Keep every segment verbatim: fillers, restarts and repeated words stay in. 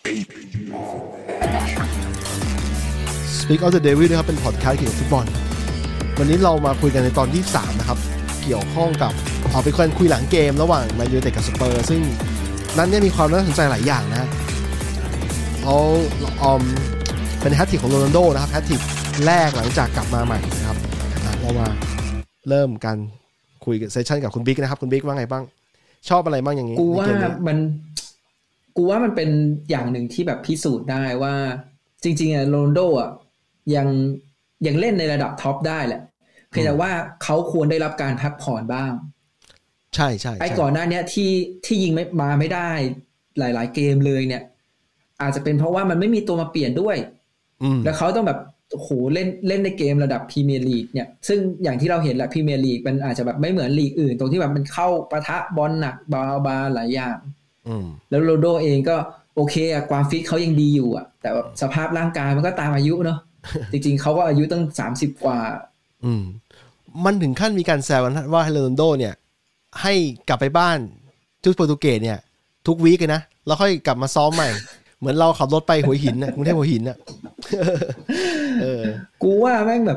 Speak of the Devil นะครับเป็นพอดแคสต์เกี่ยวกับฟุตบอลวันนี้เรามาคุยกันในตอนที่สามนะครับเกี่ยวข้องกับเอาไปคุยหลังเกมระหว่างแมนยูไนเต็ดกับสเปอร์ซึ่งนั้นเนี่ยมีความน่าสนใจหลายอย่างนะเอาออมเป็นแฮตทริกของโรนัลโดนะครับแฮตทริกแรกหลังจากกลับมาใหม่นะครับเรามาเริ่มกันคุยกับเซสชั่นกับคุณบิ๊กนะครับคุณบิ๊กว่าไงบ้างชอบอะไรบ้างอย่างนี้กูว่ามันกูว่ามันเป็นอย่างหนึ่งที่แบบพิสูจน์ได้ว่าจริงๆอ่ะโรนัลโดอ่ะยังยังเล่นในระดับท็อปได้แหละเพียงแต่ว่าเขาควรได้รับการพักผ่อนบ้างใช่ใช่ไอ้ก่อนหน้านี้ที่ที่ยิงไม่มาไม่ได้หลายๆเกมเลยเนี่ยอาจจะเป็นเพราะว่ามันไม่มีตัวมาเปลี่ยนด้วยแล้วเขาต้องแบบโอ้โหเล่นเล่นในเกมระดับพรีเมียร์ลีกเนี่ยซึ่งอย่างที่เราเห็นแหละพรีเมียร์ลีกมันอาจจะแบบไม่เหมือนลีกอื่นตรงที่แบบมันเข้าปะทะบอลหนักบาบาหลายอย่างแล้วโรนัลโดเองก็โอเคอะความฟิตเขายังดีอยู่อะแต่แบบสภาพร่างกายมันก็ตามอายุเนาะ จริงๆเขาก็อายุตั้งสามสิบกว่าอืมมันถึงขั้นมีการแซวว่าโรนัลโดเนี่ยให้กลับไปบ้านที่โปรตุเกสเนี่ยทุกวีคเลยนะแล้วค่อยกลับมาซ้อมใหม่เหมือนเราขับรถไปหัวหินน่ะกรุงเทพหัวหินน่ะเออกูว่าแม่งแบบ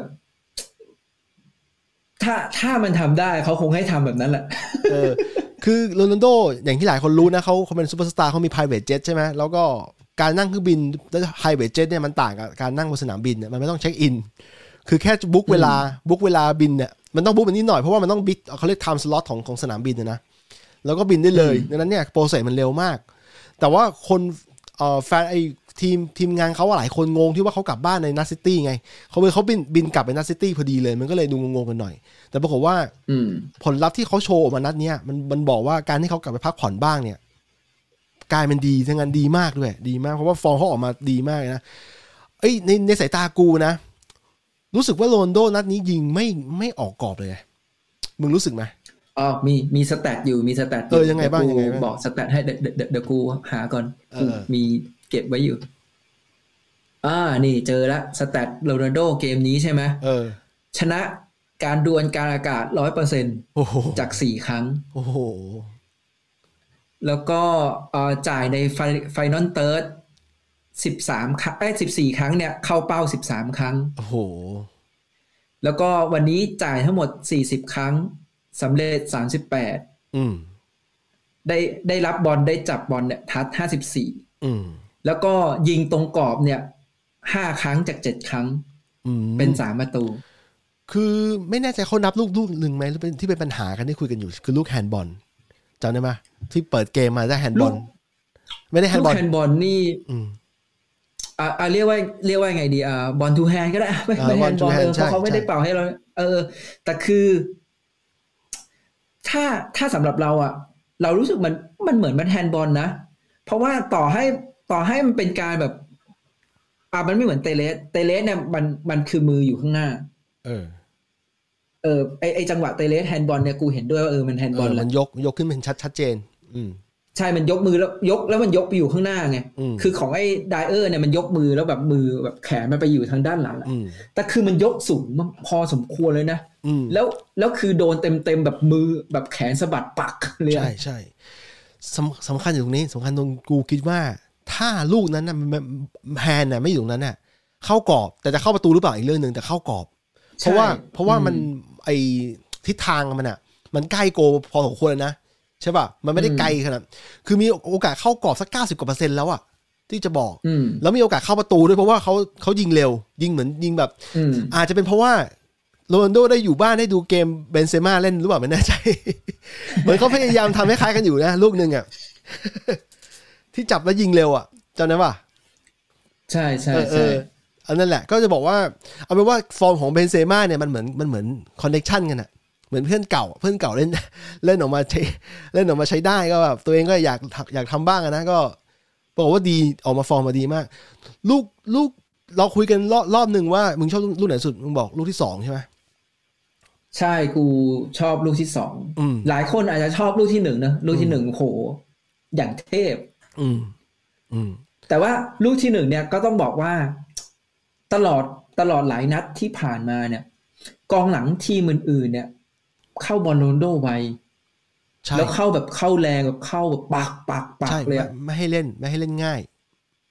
ถ้าถ้ามันทำได้เขาคงให้ทำแบบนั้นแหละเออคือโรนัลโดอย่างที่หลายคนรู้นะเขาเขาเป็นซุปเปอร์สตาร์เขามี private jet ใช่ไหมแล้วก็การนั่งเครื่องบินแล้ว private jet เนี่ยมันต่างกับการนั่งบนสนามบินเนี่ยมันไม่ต้องเช็คอินคือแค่บุ๊กเวลาบุ๊กเวลาบินเนี่ยมันต้องบุ๊กมันนิดหน่อยเพราะว่ามันต้องบิ๊กเขาเรียก time slot ของของสนามบินนะแล้วก็บินได้เลยดังนั้นเนี่ยโปรเซสมันเร็วมากแต่ว่าคนเอ่อแฟนไอทีมทีมงานเขาหลายคนงงที่ว่าเขากลับบ้านในนัทซิตี้ไงเขาเป็นเขาบินบินกลับไปนัทซิตี้พอดีเลยมันก็เลยดูงงๆกันหน่อยแต่ปรากฏว่าผลลัพธ์ที่เขาโชว์ออกมานัดเนี้ยมันมันบอกว่าการที่เขากลับไปพักผ่อนบ้างเนี่ยกลายเป็นดีทั้งนั้นดีมากด้วยดีมากเพราะว่าฟอร์มเขาออกมาดีมากนะเอ้ยในในสายตากูนะรู้สึกว่าโรนัลโดนัดนี้ยิงไม่ไม่ออกกรอบเลยมึงรู้สึกไหมอ๋อมีมีสแตทอยู่มีสแตทเออยังไงบ้างยังไงบอกสแตทให้เดี๋ยวเดี๋ยวกูหาก่อนมีเก็บไว้อยู่อ่านี่เจอแล้วสแตทโรนัลโดเกมนี้ใช่ไหมเออชนะการดวลกลางอากาศ ร้อยเปอร์เซ็นต์ จากสี่ครั้งโอ้โหแล้วก็เอ่อจ่ายในไฟนอลเติร์ดสิบสามครั้งเอ้ยสิบสี่ครั้งเนี่ยเข้าเป้าสิบสามครั้งโอ้โหแล้วก็วันนี้จ่ายทั้งหมดสี่สิบครั้งสำเร็จสามสิบแปดอืมได้ได้รับบอลได้จับบอลเนี่ยทัชห้าสิบสี่อืมแล้วก็ยิงตรงกรอบเนี่ยห้าครั้งจากเจ็ดครั้งเป็นสามประตูคือไม่แน่ใจเขานับลูกลูกนึงมั้ยที่เป็นปัญหากันที่คุยกันอยู่คือลูกแฮนด์บอลจำได้มั้ยที่เปิดเกมมาได้แฮนด์บอลไม่ได้แฮนด์บอลลูกแฮนด์บอลนี่อืมอ่าอ่าเรียกว่าเรียกว่าไงดีอ่าบอลทูแฮนด์ก็ได้ไม่ไม่แฮนด์บอลเออเพราะเขาไม่ได้เป่าให้เราเออแต่คือถ้าถ้าสำหรับเราอ่ะเรารู้สึกมันมันเหมือนมันแฮนด์บอลนะเพราะว่าต่อให้ต่อให้มันเป็นการแบบอ่ามันไม่เหมือนเตเลสเตเลสเนี่ยมันมันคือมืออยู่ข้างหน้าเออเออไอไอจังหวะเตเลสแฮนด์บอลเนี่ยกูเห็นด้วยว่าเออมันแฮนด์บอลแล้วมันยกยกขึ้นเป็นชัดชัดเจนอืมใช่มันยกมือแล้วยกแล้วมันยกไปอยู่ข้างหน้าไงคือของไอ้ไดเออร์เนี่ยมันยกมือแล้วแบบมือแบบแขนมันไปอยู่ทางด้านหลังแต่คือมันยกสูงพอสมควรเลยนะแล้วแล้วคือโดนเต็มเต็มแบบมือแบบแขนสะบัดปักเลยใช่ใช่สำสำคัญอยู่ตรงนี้สำคัญตรงกูคิดว่าถ้าลูกนั้นน่ะแฮนด์น่ะไม่อยู่ตรงนั้นน่ะเข้ากรอบแต่จะเข้าประตูหรือเปล่าอีกเรื่องนึงแต่เข้ากรอบเพราะว่าเพราะว่ามันไอทิศทางมันอ่ะมันใกล้โกพอสมควรนะใช่ป่ะมันไม่ได้ไกลขนาดคือมีโอกาสเข้ากรอบสักเก้าสิบกว่าเปอร์เซ็นต์แล้วอ่ะที่จะบอกแล้วมีโอกาสเข้าประตูด้วยเพราะว่าเขาเขายิงเร็วยิงเหมือนยิงแบบอาจจะเป็นเพราะว่าโรนัลโดได้อยู่บ้านได้ดูเกมเบนเซม่าเล่นหรือเปล่าไม่แน่ใจเหมือนเขาพยายามทำให้คล้ายกันอยู่นะลูกนึงอ่ะที่จับแล้วยิงเร็วอ่ะจำได้ป่ะใช่ใช่ใช่อันนั้นแหละก็จะบอกว่าเอาเป็นว่าฟอร์มของเบนเซม่าเนี่ยมันเหมือนมันเหมือนคอนเนคชั่นกันอ่ะเหมือนเพื่อนเก่าเพื่อนเก่าเล่นเล่นออกมาใช้เล่นออกมาใช้ได้ก็แบบตัวเองก็อยากอยากทำบ้างนะก็บอกว่าดีออกมาฟอร์มมาดีมากลูกลูกเราคุยกันรอบรอบนึงว่ามึงชอบลูกไหนสุดมึงบอกลูกที่สองใช่ไหมใช่กูชอบลูกที่สองหลายคนอาจจะชอบลูกที่หนึ่งนะลูกที่หนึ่งโหอย่างเทพอืมอืมแต่ว่าลูกที่หนึ่งเนี่ยก็ต้องบอกว่าตลอดตลอดหลายนัดที่ผ่านมาเนี่ยกองหลังทีมอื่นๆเนี่ยเข้าบอลโรนัลโดไวแล้วเข้าแบบเข้าแรงแบบเข้าแบบปักปักปักเลยไม่ให้เล่นไม่ให้เล่นง่าย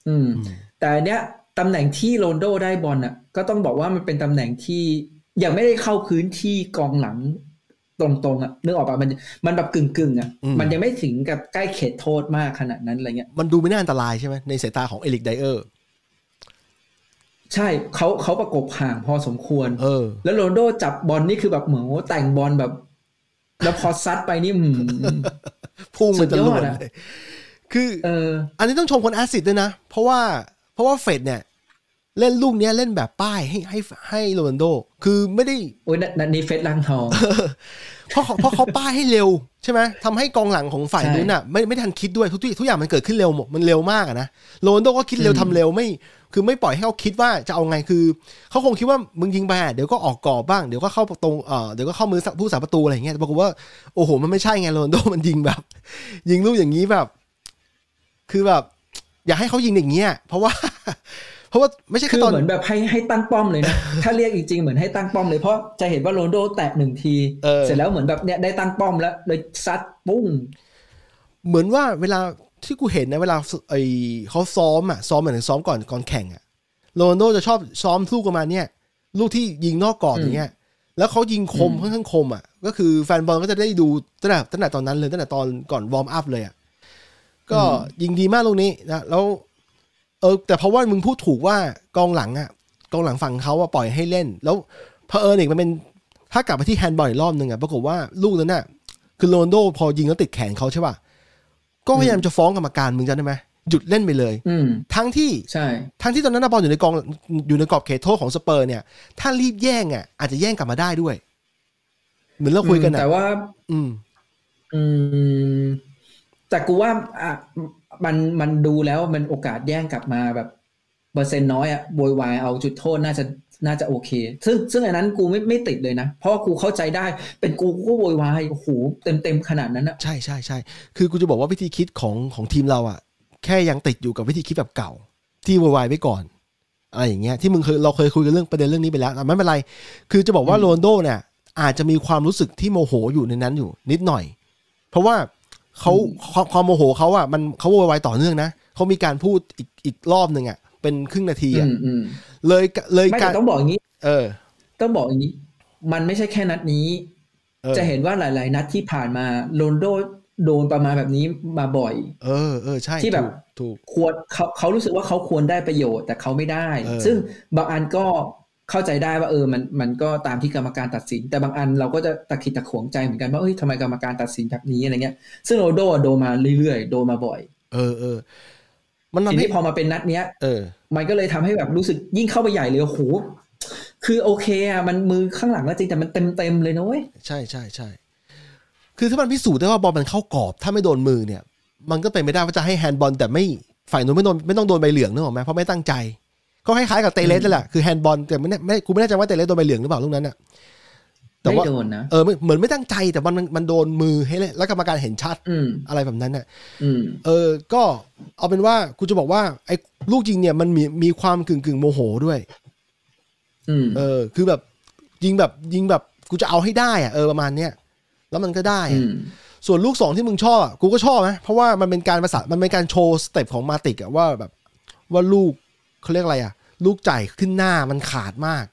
อืมแต่เนี้ยตำแหน่งที่โรนลโดได้บอลน่ะก็ต้องบอกว่ามันเป็นตำแหน่งที่ยังไม่ได้เข้าพื้นที่กองหลังตรงๆอ่ะนึกออกป่ะมันมันแบบกึ่งๆอ่ะมันยังไม่ถึงกับใกล้เขตโทษมากขนาดนั้นอะไรเงี้ยมันดูไม่น่าอันตรายใช่ไหมในสายตาของเอริกไดเออร์ใช่เขาเขาประกบห่างพอสมควรเออแล้วโรนลโดจับบอลนี่คือแบบเหมือนแต่งบอลแบบแล้วพอซัดไปนี่พุ่งมันจะหลุดเลยคือเอออันนี้ต้องชมคนแอสซิดด้วยนะเพราะว่าเพราะว่าเฟดเนี่ยเล่นลูกนี้เล่นแบบป้ายให้ให้ให้โรนัลโดคือไม่ได้โอ้ยนัดนี้เฟดลังทองเพราะเพราะเขาป้ายให้เร็วใช่ไหมทำให้กองหลังของฝ่ายนู้นอ่ะไม่ไม่ทันคิดด้วยทุกทุกอย่างมันเกิดขึ้นเร็วหมดมันเร็วมากนะโรนัลโดก็คิดเร็วทำเร็วไม่คือไม่ปล่อยให้เขาคิดว่าจะเอาไงคือเขาคงคิดว่ามึงยิงไปเดี๋ยวก็ออกกรอบบ้างเดี๋ยวก็เข้าตรงเอ่อเดี๋ยวก็เข้ามือผู้สาประตูอะไรอย่างเงี้ยแต่ปรากฏว่าโอ้โหมันไม่ใช่ไงโรนัลโดมันยิงแบบยิงลูกอย่างนี้แบบคือแบบอยากให้เขายิงอย่างเงี้ยเพราะว่าเพราะว่าไม่ใช่คือเหมือนแบบให้ให้ตั้งป้อมเลยนะ ถ้าเรียกจริงๆเหมือนให้ตั้งป้อมเลยเพราะจะเห็นว่าโรนัลโดแตะหนึ่งทีเสร็จแล้วเหมือนแบบเนี้ยได้ตั้งป้อมแล้วเลยซัดปุ้งเหมือนว่าเวลาที่กูเห็นนะเวลาไอ้เขาซ้อมอ่ะซ้อมเหมือนซ้อมก่อนก่อนแข่งอ่ะโรนัลโดจะชอบซ้อมสู้กันมาเนี่ยลูกที่ยิงนอกกรอบอย่างเงี้ยแล้วเขายิงคมค่อนข้างคมอ่ะก็คือแฟนบอลก็จะได้ดูตั้งแต่ตั้งแต่ตอนนั้นเลยตั้งแต่ตอนก่อนวอร์มอัพเลยอ่ะก็ยิงดีมากลูกนี้นะแล้วเออแต่เพราะว่ามึงพูดถูกว่ากองหลังอ่ะกองหลังฝั่งเขาอ่ะปล่อยให้เล่นแล้วเผอิญอีกมันเป็นถ้ากลับไปที่แฮนด์บอลอีกรอบนึงอ่ะปรากฏว่าลูกนั้นน่ะคือโรนัลโดพอยิงแล้วติดแขนเขาใช่ป่ะก็พยายามจะฟ้องกรรมการมึงจำได้ไหมหยุดเล่นไปเลยทั้งที่ใช่ทั้งที่ตอนนั้นบอลอยู่ในกองอยู่ในกรอบเขตโทษของสเปอร์เนี่ยถ้ารีบแย่งอ่ะอาจจะแย่งกลับมาได้ด้วยเหมือนเราคุยกันนะแต่ว่าอืมอืมแต่กูว่าอ่ะมันมันดูแล้วมันโอกาสแย่งกลับมาแบบเปอร์เซ็นต์น้อยอ่ะโวยวายเอาจุดโทษน่าจะน่าจะโอเคซึ่งซึ่งอันนั้นกูไม่ไม่ติดเลยนะเพราะว่ากูเข้าใจได้เป็นกูก็โวยวายโอ้โหเต็มเต็มขนาดนั้นนะใช่ใช่ใช่คือกูจะบอกว่าวิธีคิดของของทีมเราอ่ะแค่ยังติดอยู่กับวิธีคิดแบบเก่าที่โวยวายไว้ก่อนอะไรอย่างเงี้ยที่มึงเคยเราเคยคุยกันเรื่องประเด็นเรื่องนี้ไปแล้วแต่ไม่เป็นไรคือจะบอกว่าโรนัลโดเนี่ยอาจจะมีความรู้สึกที่โมโหอยู่ในนั้นอยู่นิดหน่อยเพราะว่าเขาความโมโหเขาอ่ะมันเขาโวยวายต่อเนื่องนะเขามีการพูดอีกอีกรอบนึงอ่ะเป็นครึ่งนาทีอ่ะเลยเลยการต้องบอกอย่างนี้เออต้องบอกอย่างนี้มันไม่ใช่แค่นัดนี้จะเห็นว่าหลายๆนัดที่ผ่านมาโรนัลโดโดนประมาณแบบนี้มาบ่อยเออเออใช่ที่แบบถูกควรเขาเขารู้สึกว่าเขาควรได้ประโยชน์แต่เขาไม่ได้ซึ่งบางอันก็เข้าใจได้ว่าเออมันมันก็ตามที่กรรมการตัดสินแต่บางอันเราก็จะตะขิดตะขวงใจเหมือนกันว่าเอ้ยทำไมกรรมการตัดสินแบบนี้อะไรเงี้ยซึ่งโรนัลโดโดนมาเรื่อยๆโดนมาบ่อยเออเออมันทีนี้พอมาเป็นนัดเนี้ยเออมันก็เลยทำให้แบบรู้สึกยิ่งเข้าไปใหญ่เลยโอ้โหคือโอเคอ่ะมันมือข้างหลังก็จริงแต่มันเต็มเต็มเลยนะเว้ยใช่ใช่ใช่คือถ้ามันพิสูจน์ได้ว่าบอลมันเข้ากรอบถ้าไม่โดนมือเนี่ยมันก็เป็นไม่ได้ว่าจะให้แฮนด์บอลแต่ไม่ฝ่ายนู้นไม่โดนไม่ต้องโดนใบเหลืองนึกออกไหมเพราะไม่ตั้งใจก็คล้ายๆกับเตเลสนั่นแหละคือแฮนด์บอลแต่ไม่ไม่กูไม่แน่ใจว่าเตเลสโดนใบเหลืองหรือเปล่าลูกนั้นน่ะแต่ว่าเออเหมือนไม่ตั้งใจแต่มันมันโดนมือให้เลยแล้วกรรมการเห็นชัดอะไรแบบนั้นน่ะเออก็เอาเป็นว่ากูจะบอกว่าไอ้ลูกยิงเนี่ยมันมีมีความกึ่งกึ่งโมโหด้วยเออคือแบบยิงแบบยิงแบบกูจะเอาให้ได้อ่ะเออประมาณเนี้ยแล้วมันก็ได้ส่วนลูกสองที่มึงชอบกูก็ชอบนะเพราะว่ามันเป็นการประสานมันเป็นการโชว์สเต็ปของมาติกอะว่าแบบว่าลูกเขาเรียกอะไรอะลูกจ่ายขึ้นหน้ามันขาดมาก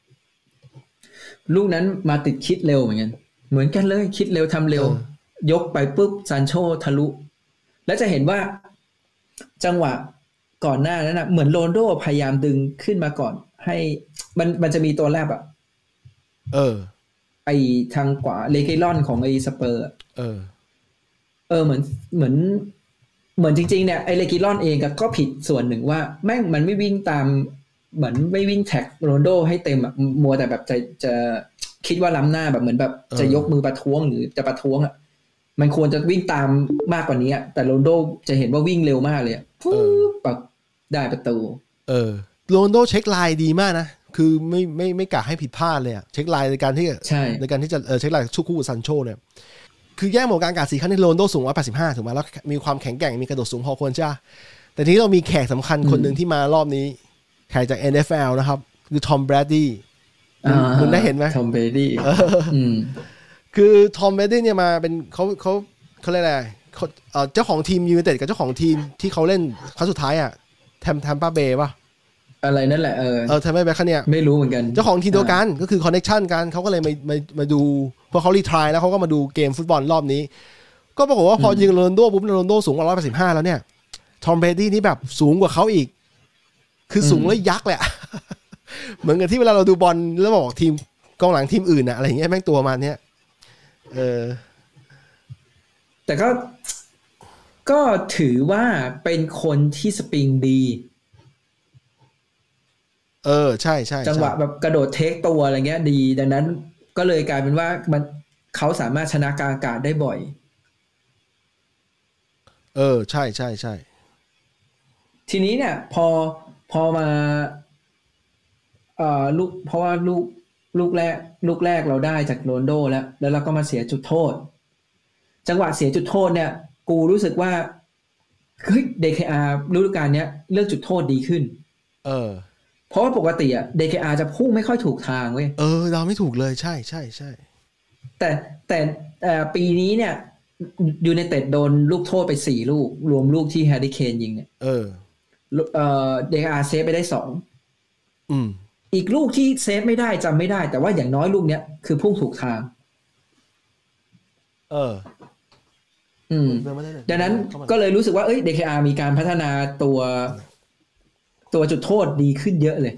ลูกนั้นมาติดคิดเร็วเหมือนกันเหมือนกันเลยคิดเร็วทำเร็วยกไปปุ๊บซานโชทะลุแล้วจะเห็นว่าจังหวะก่อนหน้านั้นนะเหมือนโรนลโดพยายามดึงขึ้นมาก่อนให้มันมันจะมีตัวแรกอะเออไอทางขวาเลเกลอนของไอสเปอร์เออเออเหมือนเหมือนเหมือนจริงๆเนี่ยไอเลเกลอนเองก็ผิดส่วนหนึ่งว่าแม่งมันไม่วิ่งตามเหมือนไม่วิ่งแท็กโรนลโดให้เต็มอ่ะมัวแต่แบบจะจะคิดว่าล้ำหน้าแบบเหมือนแบบจะยกมือประท้วงหรือจะประท้วงอ่ะมันควรจะวิ่งตามมากกว่านี้แต่โรนลโดจะเห็นว่าวิ่งเร็วมากเลยปุ๊บปักได้ประตูเออโรนลโดเช็คไลน์ดีมากนะคือไม่ไม่ไม่กะให้ผิดพลาดเลยอ่ะเช็คไลน์ในการที่ใช่ในการที่จะเออเช็คไลน์ชุกคู่กับซันโชเนี่ยคือแย่งหมดการกาดสีครั้งนี้โรนลโดสูงหนึ่งร้อยแปดสิบห้าถูกไหมแล้วมีความแข็งแกร่งมีกระโดดสูงพอควรใช่แต่ทีนี้เรามีแขกสำคัญคนหนึ่งที่มารอบนี้แขกจาก เอ็น เอฟ แอล นะครับคือทอมแบรดดี้คุณได้เห็นไหมทอมแบรดดี้คือทอมแบรดดี้เนี่ยมาเป็นเขาเขาเขาเรียกอะไรเจ้าของทีมยูไนเต็ดกับเจ้าของทีมที่เขาเล่นครั้งสุดท้ายอ่ะแทมแทมป้าเบย์ป่ะอะไรนั่นแหละเออเออแทมป้าเบย์เขาเนี่ยไม่รู้เหมือนกันเจ้าของทีมเดียวกันก็คือคอนเนคชั่นกันเขาก็เลยมามามาดูพอเขารีไทร์แล้วเขาก็มาดูเกมฟุตบอลรอบนี้ก็ปรากฏว่าพอยิงโรนัลโดปุ๊บโรนัลโดสูงกว่าหนึ่งร้อยแปดสิบห้าแล้วเนี่ยทอมเบรดี้นี่แบบสูงกว่าเขาอีกคือสูงแล้วยักษ์แหละเหมือนกับที่เวลาเราดูบอลแล้วบอกทีมกองหลังทีมอื่นอะอะไรอย่างเงี้ยแม่งตัวมาเนี้ยเออแต่ก็ก็ถือว่าเป็นคนที่สปริงดีเออใช่ใช่จังหวะแบบกระโดดเทคตัวอะไรเงี้ยดีดังนั้นก็เลยกลายเป็นว่ามันเขาสามารถชนะกลางอากาศได้บ่อยเออใช่ใช่ใช่ทีนี้เนี่ยพอพอมาเอ่อลูกเพราะว่าลูกลูกแรกลูกแรกเราได้จากโรนลโดแล้วแล้วเราก็มาเสียจุดโทษจังหวะเสียจุดโทษเนี่ยกูรู้สึกว่าเฮ้ย ดี เค อาร์ ฤดูกาลเนี้ยเลือกจุดโทษดีขึ้นเออเพราะว่าปกติอ่ะ ดี เค อาร์ จะพุ่งไม่ค่อยถูกทางเว้ยเออเราไม่ถูกเลยใช่ใช่ใช่แต่แต่ปีนี้เนี่ยยูไนเต็ดโดนลูกโทษไปสี่ลูกรวมลูกที่แฮร์รี่เคนยิงเนี่ยเออเอ่อ ดี เค อาร์ เซฟไปได้สองอืมอีกลูกที่เซฟไม่ได้จำไม่ได้แต่ว่าอย่างน้อยลูกเนี้ยคือพุ่งถูกทางเอออืมดังนั้นก็เลยรู้สึกว่าเอ้ย ดี เค อาร์ มีการพัฒนาตัวตัวจุดโทษดีขึ้นเยอะเลย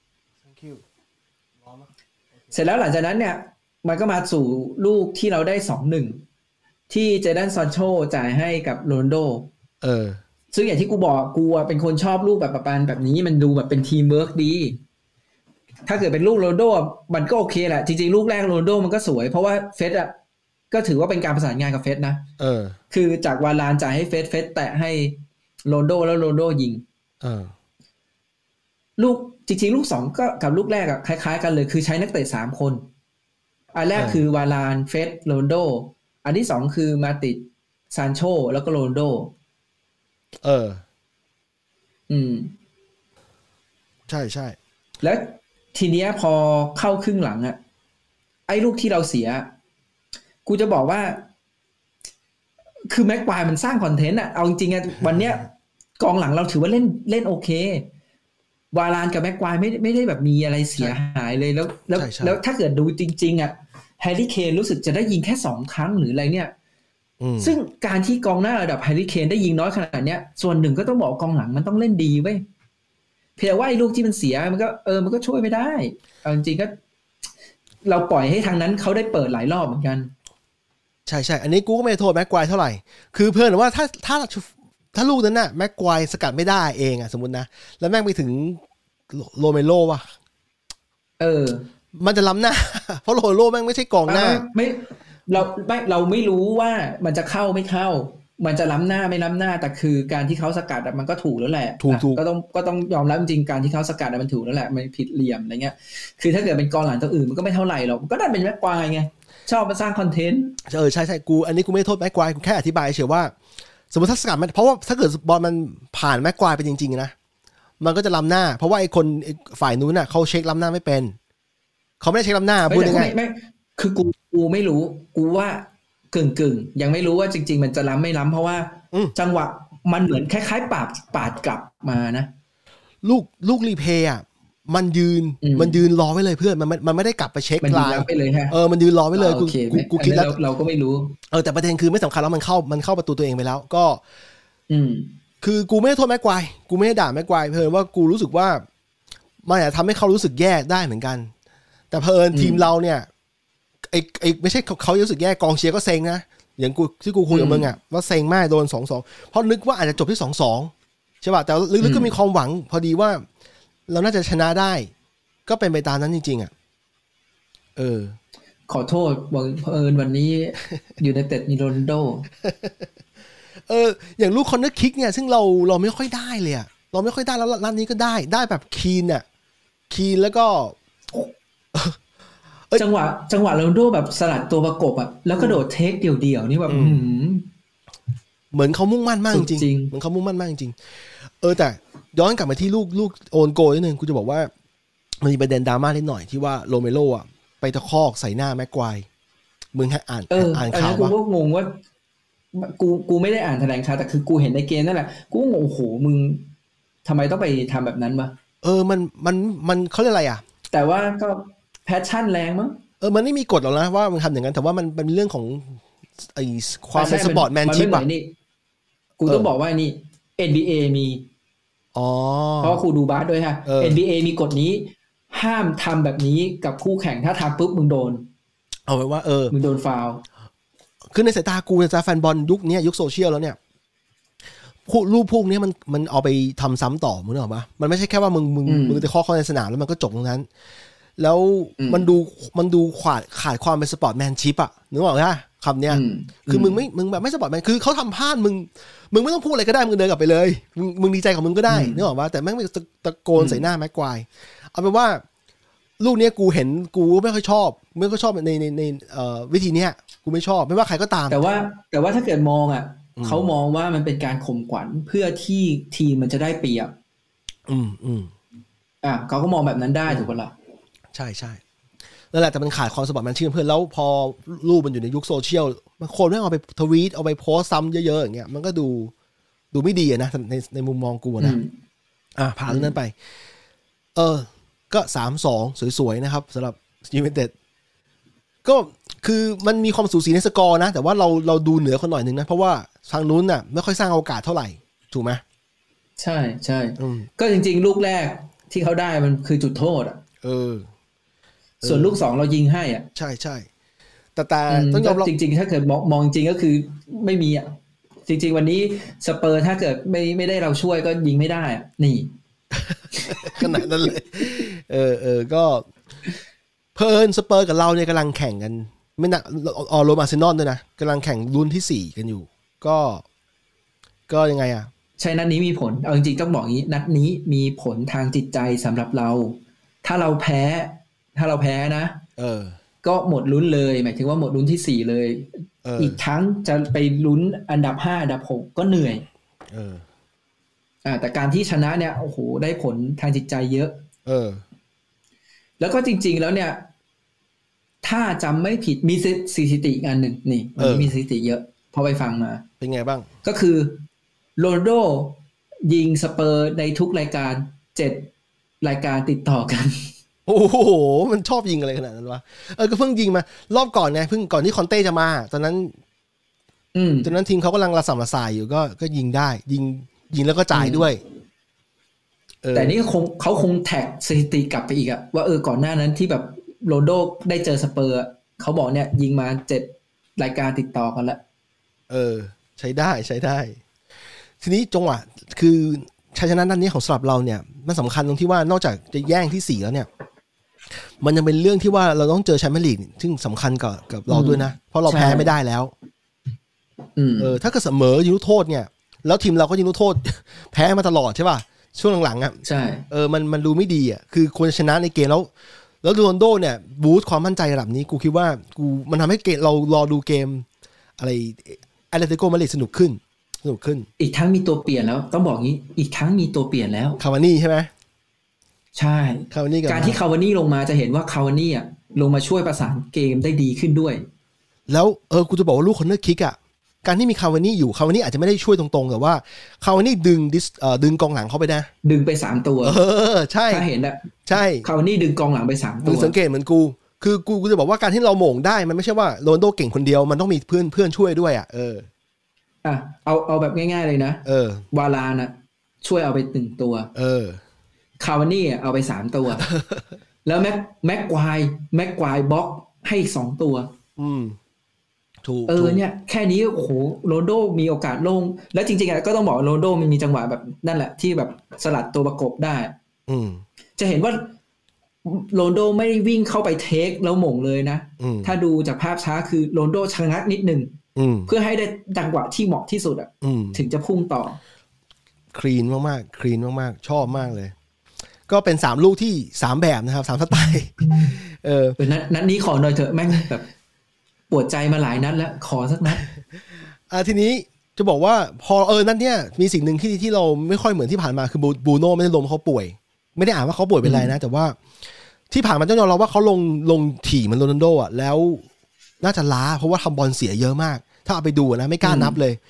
เสร็จแล้วหลังจากนั้นเนี่ยมันก็มาสู่ลูกที่เราได้ สองหนึ่ง ที่เจดันซานโชจ่ายให้กับโรนัลโดเออซึ่งอย่างที่กูบอกกูเป็นคนชอบลูกแบบประมาณแบบนี้มันดูแบบเป็นทีมเวิร์กดีถ้าเกิดเป็นลูกโรนัลโดมันก็โอเคแหละจริงๆลูกแรกโรนัลโดมันก็สวยเพราะว่าเฟสอ่ะก็ถือว่าเป็นการประสานงานกับเฟสนะเออคือจากวาลานจ่ายให้เฟสเฟสแตะให้โรนัลโดแล้วโรนัลโดยิงเออลูกจริงๆลูกสองก็กับลูกแรกอะคล้ายๆกันเลยคือใช้นักเตะสามคนอันแรกคือวาลานเฟสโรนัลโดอันที่สองคือมาติดซานโชแล้วก็โรนัลโดเอออืมใช่ใช่แล้วทีเนี้ยพอเข้าครึ่งหลังอะไอ้ลูกที่เราเสียกูจะบอกว่าคือแม็กควายมันสร้างคอนเทนต์อะเอาจริงๆอะวันเนี้ยกองหลังเราถือว่าเล่นเล่นโอเควาลานกับแม็กควายไม่ไม่ได้แบบมีอะไรเสียหายเลยแล้วแล้วแล้วถ้าเกิดดูจริงๆอะแฮร์รี่เคนรู้สึกจะได้ยิงแค่สองครั้งหรืออะไรเนี่ยซึ่งการที่กองหน้าระดับแฮร์รี่เคนได้ยิงน้อยขนาดเนี้ยส่วนหนึ่งก็ต้องบอกกองหลังมันต้องเล่นดีเว้ยเพียงว่าไอ้ลูกที่มันเสียมันก็เออมันก็ช่วยไม่ได้เอาจริงๆก็เราปล่อยให้ทางนั้นเขาได้เปิดหลายรอบเหมือนกันใช่ใช่อันนี้กูก็ไม่โทษแม็กควายเท่าไหร่คือเพื่อนว่าถ้าถ้าถ้าลูกนั้นน่ะแม็กควายสกัดไม่ได้เองอ่ะสมมุตินะแล้วแม่งไปถึงโรเมโรว่ะเออมันจะล้ำหน้าเพราะโรเมโรแม่งไม่ใช่กองหน้าไม่เราไม่เราไม่รู้ว่ามันจะเข้าไม่เข้ามันจะล้ำหน้าไม่ล้ำหน้าแต่คือการที่เขาสกัดมันก็ถูกแล้วแหละก็ต้องก็ต้องยอมรับจริงการที่เขาสกัดมันถูกแล้วแหละมันผิดเหลี่ยมอะไรเงี้ยคือถ้าเกิดเป็นกองหลังตัวอื่นมันก็ไม่เท่าไหร่หรอกก็ได้เป็นแม็กควายไงชอบมาสร้างคอนเทนต์เออใช่ใช่กูอันนี้กูไม่โทษแม็กควายกูแค่อธิบายเฉยว่าสมมติถ้าสกัดมันเพราะว่าถ้าเกิดบอลมันผ่านแม็กควายไปจริงๆนะมันก็จะล้ำหน้าเพราะว่าไอ้คนฝ่ายนู้นน่ะเขาเช็คล้ำหน้าไม่เป็นเขาไม่ได้เช็คล้ำหน้าพูดยังไงไม่คือกูกูไม่รู้กูว่ากึ่งกึ่งยังไม่รู้ว่าจริงๆมันจะล้ำไม่ล้ำเพราะว่าจังหวะมันเหมือนคล้ายๆปาดปาดกลับมานะลูกลูกรีเพย์อ่ะมันยืนมันยืนรอไว้เลยเพื่อนมันมันไม่ได้กลับไปเช็คไลน์เออมันยืนรอไว้เลยกูกูคิดแล้วเราก็ไม่รู้เออแต่ประเด็นคือไม่สำคัญแล้วมันเข้ามันเข้าประตูตัวเองไปแล้วก็อืมคือกูไม่ได้โทษแม็กควายกูไม่ได้ด่าแม็กควายเพิ่นว่ากูรู้สึกว่ามันอาจจะทำให้เขารู้สึกแย่ได้เหมือนกันแต่เพิ่นทีมเราเนี่ยไอ้ไอ้ไม่ใช่เขารู้สึกแย่กองเชียร์ก็เซ็งนะอย่างกูที่กูคุยกับมึงอ่ะว่าเซ็งมากโดน สองสอง เพราะนึกว่าอาจจะจบที่ สองสอง ใช่ป่ะแต่ลึกๆก็มีความหวังพอดีว่าเราน่าจะชนะได้ก็เป็นไปตามนั้นจริงๆอ่ะเออขอโทษบอกเผอิญวันนี้อยู่ในเต็ดมีโรนัลโดเอออย่างลูกคอนเนอร์คิกเนี่ยซึ่งเราเราไม่ค่อยได้เลยอ่ะเราไม่ค่อยได้แล้วร้านนี้ก็ได้ได้แบบคีนอ่ะคีนแล้วก็จังหวะจังหวะโรนัลโดแบบสลัดตัวประกบอ่ะแล้วก็โดดเทคเดี่ยวๆนี่แบบเหมือนเขามุ่งมั่นมากจริงเหมือนเขามุ่งมั่นมากจริงเออแต่ย้อนกลับมาที่ลูกลูกโอนโกนิดนึงกูจะบอกว่ามันมีประเด็นดราม่านิดหน่อยที่ว่าโรเมโรอ่ะไปตะคอกใส่หน้าแม็กควายมึงให้อ่านอ่านข่าวว่ากูก็งงว่ากูกูไม่ได้อ่านแถลงข่าวแต่คือกูเห็นในเกมนั่นแหละกูงงโอ้โหมึงทำไมต้องไปทำแบบนั้นวะเออมันมันมันเขาเรียกอะไรอ่ะแต่ว่าก็แพชชั่นแรงมั้งเออมันไม่มีกฎหรอกนะว่ามันทำอย่างนั้นแต่ว่ามันเป็นเรื่องของไอ้ความเป็นสปอร์ตแมนชิพอ่ะกูต้องบอกว่านี่ เอ็น บี เอ มีอ๋อเพราะครูดูบาสด้วยฮะ เอ็น บี เอ มีกฎนี้ห้ามทำแบบนี้กับคู่แข่งถ้าทำปุ๊บมึงโดนเอาไว้ว่าเออมึงโดนฟาวล์คือในสายตากูในสายแฟนบอลยุคนี้ยุคโซเชียลแล้วเนี่ยรูปพวกนี้มันมันเอาไปทำซ้ำต่อมึงนึกออกปะมันไม่ใช่แค่ว่ามึงมึงมึงจะข้อข้อในสนามแล้วมันก็จบตรงนั้นแล้วมันดูมันดูขาดขาดความเป็นสปอร์ตแมนชิพอะนึกออกไหมคำเนี้ยคือมึงไม่มึงแบบไม่สปอร์ตแมนคือเขาทำพลาดมึงมึงไม่ต้องพูดอะไรก็ได้มึงเดินกลับไปเลยมึงมึงดีใจของมึงก็ได้นึกออกปะแต่แม่งตะโกนใส่หน้าแม็กควายเอาเป็นว่าลูกนี้กูเห็นกูไม่ค่อยชอบไม่ค่อยชอบในในในวิธีเนี้ยกูไม่ชอบไม่ว่าใครก็ตามแต่ว่าแต่ว่าถ้าเกิดมองอ่ะเขามองว่ามันเป็นการข่มขวัญเพื่อที่ทีมมันจะได้เปรียบอืมอืมอ่ะเขาก็มองแบบนั้นได้ถูกปะล่ะใช่ใช่นั่นแหละแต่มันขาดความสปอร์ตแมนชิพเพื่อนแล้วพอรูปมันอยู่ในยุคโซเชียลคนไม่เอาไปทวีตเอาไปโพสซ้ำเยอะๆอย่างเงี้ยมันก็ดูดูไม่ดีนะในในมุมมองกูนะอ่ะผ่านเรื่องนั้นไปเออก็ สามสอง สวยๆนะครับสำหรับยูไนเต็ดก็คือมันมีความสูสีในสกอร์นะแต่ว่าเราเราดูเหนือคนหน่อยนึงนะเพราะว่าทางนู้นน่ะไม่ค่อยสร้างโอกาสเท่าไหร่ถูกไหมใช่ใช่ก็จริงๆลูกแรกที่เขาได้มันคือจุดโทษอ่ะเออส่วนลูกสองเรายิงให้อ่ะใช่ใช่แต่แต่ต้องยอมรับจริงๆถ้าเกิดมองมองจริงก็คือไม่มีอ่ะจริงๆวันนี้สเปอร์ถ้าเกิดไม่ไม่ได้เราช่วยก็ยิงไม่ได้อ่ะนี่ขนาดนั้นเลยเออเออก็เพิ่นสเปอร์กับเราเนี่ยกำลังแข่งกันไม่หนักออโรมาร์เซนอลด้วยนะกำลังแข่งรุ่นที่สี่กันอยู่ก็ก็ยังไงอ่ะใช่นัดนี้มีผลเอาจริงๆต้องบอกงี้นัดนี้มีผลทางจิตใจสำหรับเราถ้าเราแพ้ถ้าเราแพ้นะเออก็หมดลุ้นเลยหมายถึงว่าหมดลุ้นที่สี่เลยเอออีกทั้งจะไปลุ้นอันดับห้าอันดับหกก็เหนื่อยเอออ่าแต่การที่ชนะเนี่ยโอ้โหได้ผลทางจิตใจเยอะเออแล้วก็จริงๆแล้วเนี่ยถ้าจำไม่ผิดมีสถิติอันหนึ่งนี่มันมีสถิติเยอะพอไปฟังมาเป็นไงบ้างก็คือโรนัลโดยิงสเปอร์ในทุกรายการเจ็ดรายการติดต่อกันโอ้โหมันชอบยิงอะไรขนาดนั้นวะเออก็เพิ่งยิงมารอบก่อนไงเพิ่งก่อนที่คอนเต้จะมาตอนนั้นอืมตอนนั้นทีมเขากำลังระส่ำระสายอยู่ก็ก็ยิงได้ยิงยิงแล้วก็จ่ายด้วยแต่นี่คงเขาคงแท็กสถิติกลับไปอีกอะว่าเออก่อนหน้านั้นที่แบบโรนัลโดได้เจอสเปอร์เขาบอกเนี่ยยิงมาเจ็ดรายการติดต่อกันแล้วเออใช้ได้ใช้ได้ทีนี้จังหวะคือชัยชนะนัดนี้ของสำหรับเราเนี่ยมันสำคัญตรงที่ว่านอกจากจะแย่งที่สี่แล้วเนี่ยมันยังเป็นเรื่องที่ว่าเราต้องเจอแชมเปี้ยนลีกซึ่งสำคัญกับกับเราด้วยนะเพราะเราแพ้ไม่ได้แล้วเออถ้าเกิดเสมอยิงลูกโทษเนี่ยแล้วทีมเราก็ยิงลูกโทษแพ้มาตลอดใช่ป่ะช่วงหลังๆอ่ะใช่เออมันมันดูไม่ดีอ่ะคือควรชนะในเกมแล้วแล้วโรนัลโดเนี่ยบูสต์ความมั่นใจระดับนี้กูคิดว่ากูมันทำให้เกมเรารอดูเกมอะไรแอตเลติโกมาดริดสนุกขึ้นสนุกขึ้นอีกทั้งมีตัวเปลี่ยนแล้วต้องบอกงี้อีกทั้งมีตัวเปลี่ยนแล้วคาวานี่ใช่ไหมใช่คาวานี่การที่คาวานี่ลงมาจะเห็นว่าคาวานี่อ่ะลงมาช่วยประสานเกมได้ดีขึ้นด้วยแล้วเออกูจะบอกว่าลูกคอร์เนอร์คิกอ่ะการที่มีคาวานี่อยู่คาวานี่อาจจะไม่ได้ช่วยตรงๆแต่ว่าคาวานี่ดึงดิสเอ่อดึงกองหลังเข้าไปนะดึงไปสามตัวเออใช่ถ้าเห็นอ่ะใช่คาวานี่ดึงกองหลังไปสามตัวมึงสังเกตเหมือนกูคือกูกูจะบอกว่าการที่เราโหม่งได้มันไม่ใช่ว่าโรนัลโดเก่งคนเดียวมันต้องมีเพื่อนเพื่อนช่วยด้วยอ่ะเอออ่ะเอาเอาแบบง่ายๆเลยนะเออวาลาน่ะช่วยเอาไปหนึ่งตัวเออคาวานี่เอาไปสามตัวแล้วแม็กแม็กควายแม็กควายบล็อกให้อีกสองตัวอืมถูกเออเนี่ยแค่นี้โอ้โหโรนัลโดมีโอกาสลงแล้วจริงๆอ่ะก็ต้องบอกโรนัลโดมันมีจังหวะแบบนั่นแหละที่แบบสลัดตัวประกบได้อืมจะเห็นว่าโรนัลโดไม่ได้วิ่งเข้าไปเทคแล้วหม่งเลยนะถ้าดูจากภาพช้าคือโรนัลโดชะงักนิดนึงเพื่อให้ได้จังหวะที่เหมาะที่สุดอ่ะถึงจะพุ่งต่อคลีนมากๆคลีนมากๆชอบมากเลยก็เป็นสามลูกที่สามแบบนะครับสามสไตล์เออนัดนัดนี้ขอหน่อยเถอะแม่งแบบปวดใจมาหลายนัดแล้วขอสักนัดอ่าทีนี้จะบอกว่าพอเออนัดเนี้ยมีสิ่งหนึ่งที่ที่เราไม่ค่อยเหมือนที่ผ่านมาคือบูโน่ไม่ได้ลงเขาป่วยไม่ได้อ่านว่าเขาป่วยเป็นไรนะแต่ว่าที่ผ่านมาต้องยอมรับว่าเขาลงลงถี่เหมือนโรนัลโดอ่ะแล้วน่าจะล้าเพราะว่าทำบอลเสียเยอะมากถ้าเอาไปดูนะไม่กล้านับเลย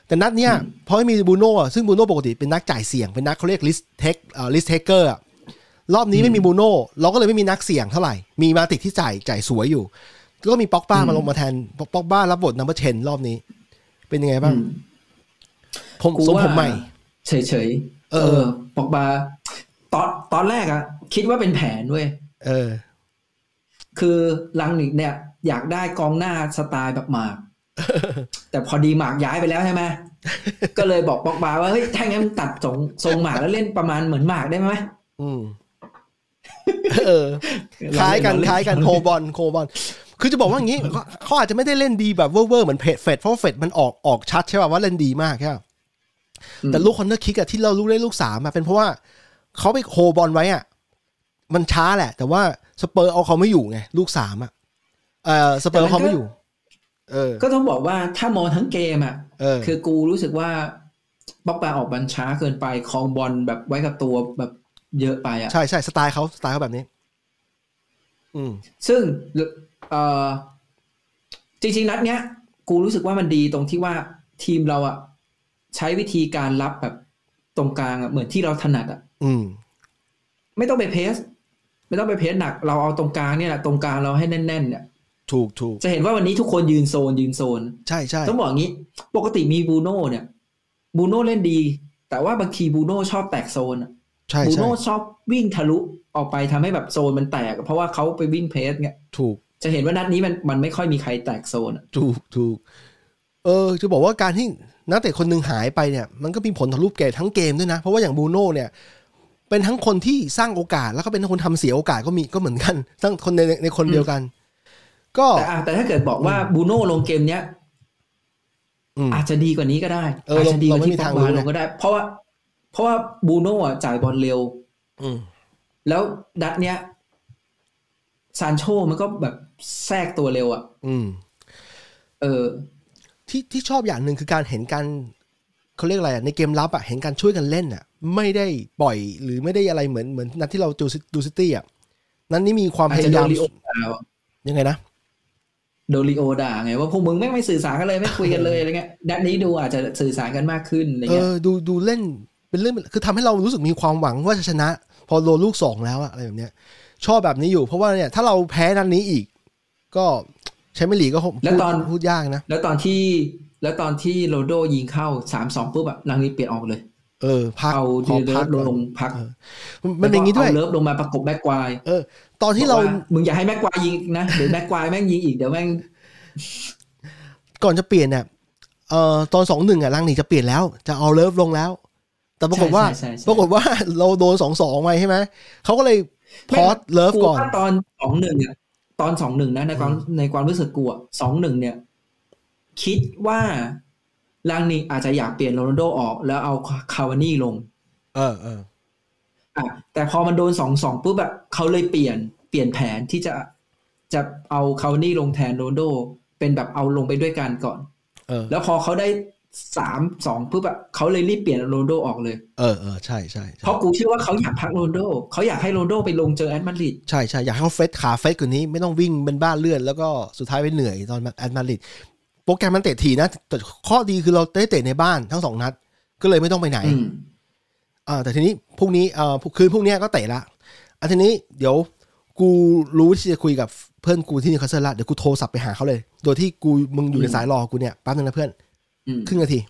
แต่นัดเนี้ยเพราะไม่มีบรูโน่ซึ่งบรูโน่ปกติเป็นนักจ่ายเสี่ยงเป็นนักเขาเรียกลิสเทคเอ่อลิสเทคเกอร์รอบนี้ไม่มีบรูโน่เราก็เลยไม่มีนักเสี่ยงเท่าไหร่มีมาติดที่จ่ายจ่ายสวยอยู่ก็มีป็อกบ้ามาลงมาแทนป็อกบ้ารับบทนัมเบอร์สิบรอบนี้เป็นยังไงบ้างผมสมผมใหม่เฉยๆเออป็อกบ้าตอนตอนแรกอะคิดว่าเป็นแผนเว้ยเออคือลังนิกเนี่ยอยากได้กองหน้าสไตล์แบบหมากแต่พอดีหมากย้ายไปแล้วใช่ไหมก็เลยบอกป็อกบ้าว่าเฮ้ยถ้างั้นมึงตัดทรงทรงหมากแล้วเล่นประมาณเหมือนหมากได้ไหมอืมเออคล้ายกันคล้ายกันโคบอลโคบอลคือจะบอกว่าอย่างนี้เขาอาจจะไม่ได้เล่นดีแบบเวอร์ๆเหมือนเพจเฟดเพราะเฟดมันออกออกชัดใช่ป่ะว่าเล่นดีมากใช่ป่ะแต่ลูกคอนเนอร์คิกอะที่เรารู้ได้ลูกสามอะเป็นเพราะว่าเขาไปโคบอลไว้อะมันช้าแหละแต่ว่าสเปอร์เอาเขาไม่อยู่ไงลูกสามอะเออสเปอร์เขาไม่อยู่เออก็ต้องบอกว่าถ้ามองทั้งเกมอะคือกูรู้สึกว่าบ็อกบาออกบอลช้าเกินไปครองบอลแบบไว้กับตัวแบบเยอะไปอ่ะใช่ใช่สไตล์เขาสไตล์เขาแบบนี้อืมซึ่งเอ่อจริงๆนัดเนี้ยกูรู้สึกว่ามันดีตรงที่ว่าทีมเราอ่ะใช้วิธีการรับแบบตรงกลางอ่ะเหมือนที่เราถนัดอ่ะอืมไม่ต้องไปเพสไม่ต้องไปเพสหนักเราเอาตรงกลางเนี่ยแหละตรงกลางเราให้แน่นๆเนี่ยถูกถูกจะเห็นว่าวันนี้ทุกคนยืนโซนยืนโซนใช่ใช่ต้องบอกงี้ปกติมีบูโน่เนี่ยบูโน่เล่นดีแต่ว่าบางทีบูโน่ชอบแตกโซนอ่ะบูโน่ชอบวิ่งทะลุออกไปทำให้แบบโซนมันแตกเพราะว่าเขาไปวิ่งเพสเงี้ยถูกจะเห็นว่านัดนี้มันมันไม่ค่อยมีใครแตกโซนถูกถูกเออจะบอกว่าการที่นักเตะคนนึงหายไปเนี่ยมันก็มีผลต่อรูปเกมทั้งเกมด้วยนะเพราะว่าอย่างบูโน่เนี่ยเป็นทั้งคนที่สร้างโอกาสแล้วก็เป็นทั้งคนทำเสียโอกาสก็มีก็เหมือนกันทั้งคนในในคนเดียวกันก็แต่แต่ถ้าเกิดบอกว่าบูโน่ลงเกมเนี้ยอาจจะดีกว่านี้ก็ได้อาจจะดีกว่าที่ป็อกบาลงก็ได้เพราะว่าเพราะว่าบูโน่อ่ะจ่ายบอลเร็วแล้วดัดเนี้ยซานโชมันก็แบบแทรกตัวเร็วอ่ะเออที่ที่ชอบอย่างหนึ่งคือการเห็นการเขาเรียกอะไรอ่ะในเกมรับอ่ะเห็นการช่วยกันเล่นอ่ะไม่ได้ปล่อยหรือไม่ได้อะไรเหมือนเหมือนนัดที่เราดูดูซิตี้อ่ะนั้นนี่มีความพยายามยังไงนะโดริโอด่าไงว่าพวกมึงไม่ไม่สื่อสารกันเลยไม่คุยกันเลยอะไรเงี้ยดัดนี้ดูอาจจะสื่อสารกันมากขึ้นอะไรเงี้ยเออดูดูเล่นเป็นเรื่องคือทำให้เรารู้สึกมีความหวังว่าจะชนะพอโดนลูกสองแล้วอะอะไรแบบเนี้ยชอบแบบนี้อยู่เพราะว่าเนี่ยถ้าเราแพ้นัดนี้อีกก็ใช้ไม่หลีก็แล้วตอนพูดยากนะแล้วตอนที่แล้วตอนที่โรโดยิงเข้า สามสอง ปุ๊บอะลังนี้เปลี่ยนออกเลยเออพักเอาเลิฟลงพักมันเป็นอย่างงี้ด้วยเอาเลิฟลงมาประกบแม็กควายเออตอนที่เรามึงอย่าให้แม็กควายยิงนะเดี๋ยวแม็กควายแม่งยิงอีกเดี๋ยวแม่งก่อนจะเปลี่ยนเนี่ยเอ่อตอน สองหนึ่ง อ่ะลังนี้จะเปลี่ยนแล้วจะเอาเลิฟลงแล้วแต่ปรากฏว่าปรากฏว่าเราโดน สองสอง ไปใช่ไหมเขาก็เลยพอสเลิฟก่อนตอน สองหนึ่ง อ่ะตอน สองหนึ่ง นะในความในความรู้สึกกูอ่ะ สองหนึ่ง เนี่ยคิดว่าลังนี้อาจจะอยากเปลี่ยนโรนัลโดออกแล้วเอาคาวานี่ลงเออเอออ่ะแต่พอมันโดน สองสอง ปุ๊บแบบเขาเลยเปลี่ยนเปลี่ยนแผนที่จะจะเอาคาวานี่ลงแทนโรนัลโดเป็นแบบเอาลงไปด้วยกันก่อนเออแล้วพอเขาได้สามสองปุ๊บอะเขาเลยรีบเปลี่ยนโรนัลโดออกเลยเออเออใช่ใช่เพราะกูเชื่อว่าเขาอยากพักโรนัลโดเขาอยากให้โรนัลโดไปลงเจอแอตมาดริดใช่ใช่อยากให้เขาเฟสขาเฟสกว่านี้ไม่ต้องวิ่งเป็นบ้าเลือดแล้วก็สุดท้ายไปเหนื่อยตอนแอตมาดริดโปรแกรมมันเตะทีนะแต่ข้อดีคือเราได้เตะในบ้านทั้งสองนัดก็เลยไม่ต้องไปไหนอ่าแต่ทีนี้พรุ่งนี้อ่าคืนพรุ่งนี้ก็เตะละอ่ะทีนี้เดี๋ยวกูรู้ที่จะคุยกับเพื่อนกูที่นิวคาสเซิลละเดี๋ยวกูโทรศัพท์ไปหาเขาเลยโดยที่กูมึงอยู่ในสายรอกูเนี่ยแป๊บนึงนะเพื่อนครึ่งนาที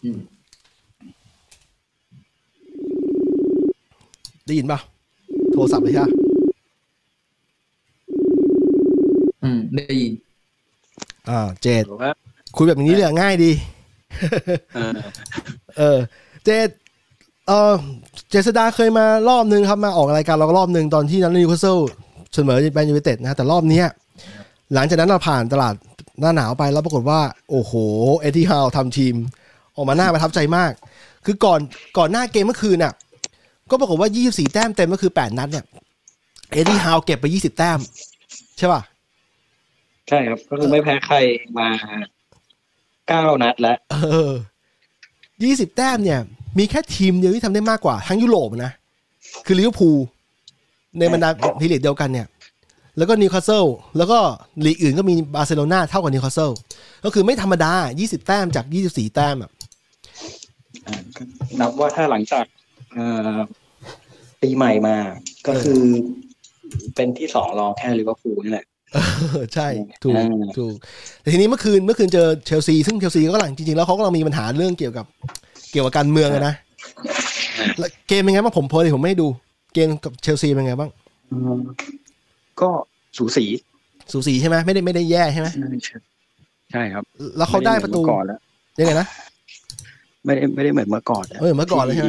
ได้ยินป่ะโทรศัพท์เลยใช่ไหมอืมได้ยินอ่าเจดคุยแบบนี้เลยง่ายดีเออเจดเออเจษดาเคยมารอบนึงครับมาออกรายการเราก็รอบนึงตอนที่นั้นนิวคาสเซิลเสมอแมนยูไนเต็ดนะแต่รอบนี้หลังจากนั้นเราผ่านตลาดหน้าหนาวไปแล้วปรากฏว่าโอ้โหเอ็ดดี้ฮาวทำทีมออกมาหน้าประทับใจมากคือก่อนก่อนหน้าเกมเมื่อคืนน่ะก็ปรากฏว่ายี่สิบสี่แต้มเต็มก็คือแปดนัดเนี่ยเอ็ดดี้ฮาวเก็บไปยี่สิบแต้มใช่ป่ะใช่ครับก็คือไม่แพ้ใครมาเก้านัดแล้วเออยี่สิบแต้มเนี่ยมีแค่ทีมเดียวที่ทำได้มากกว่าทั้งยุโรปนะคือลิเวอร์พูลในบรรดาทีมลีกเดียวกันเนี่ยแล้วก็นิวคาสเซิลแล้วก็ลีกอื่นก็มีบาร์เซโลนาเท่ากับนิวคาสเซิลก็คือไม่ธรรมดายี่สิบแต้มจากยี่สิบสี่แต้มอ่ะนับว่าถ้าหลังจากปีใหม่มาก็คือเป็นที่สองรองแค่ลิเวอร์พูลนี่แหละใช่ถูกถูกแต่ทีนี้เมื่อคืนเมื่อคืนเจอเชลซีซึ่งเชลซีก็หลังจริงๆแล้วเขากำลังมีปัญหาเรื่องเกี่ยวกับเกี่ยวกับการเมืองนะแล้วเกมเป็นไงบ้างผมพอดีผมไม่ดูเกมกับเชลซีเป็นไงบ้างก็สูสีสูสีใช่ไหมไม่ได้ไม่ได้แย่ใช่ไหมใช่ครับแล้วเขาได้ประตูก่อนแล้วยังไงนะไม่ได้ไม่ได้เหมือนเมื่อก่อนเออเมื่อก่อนเลยใช่ไหม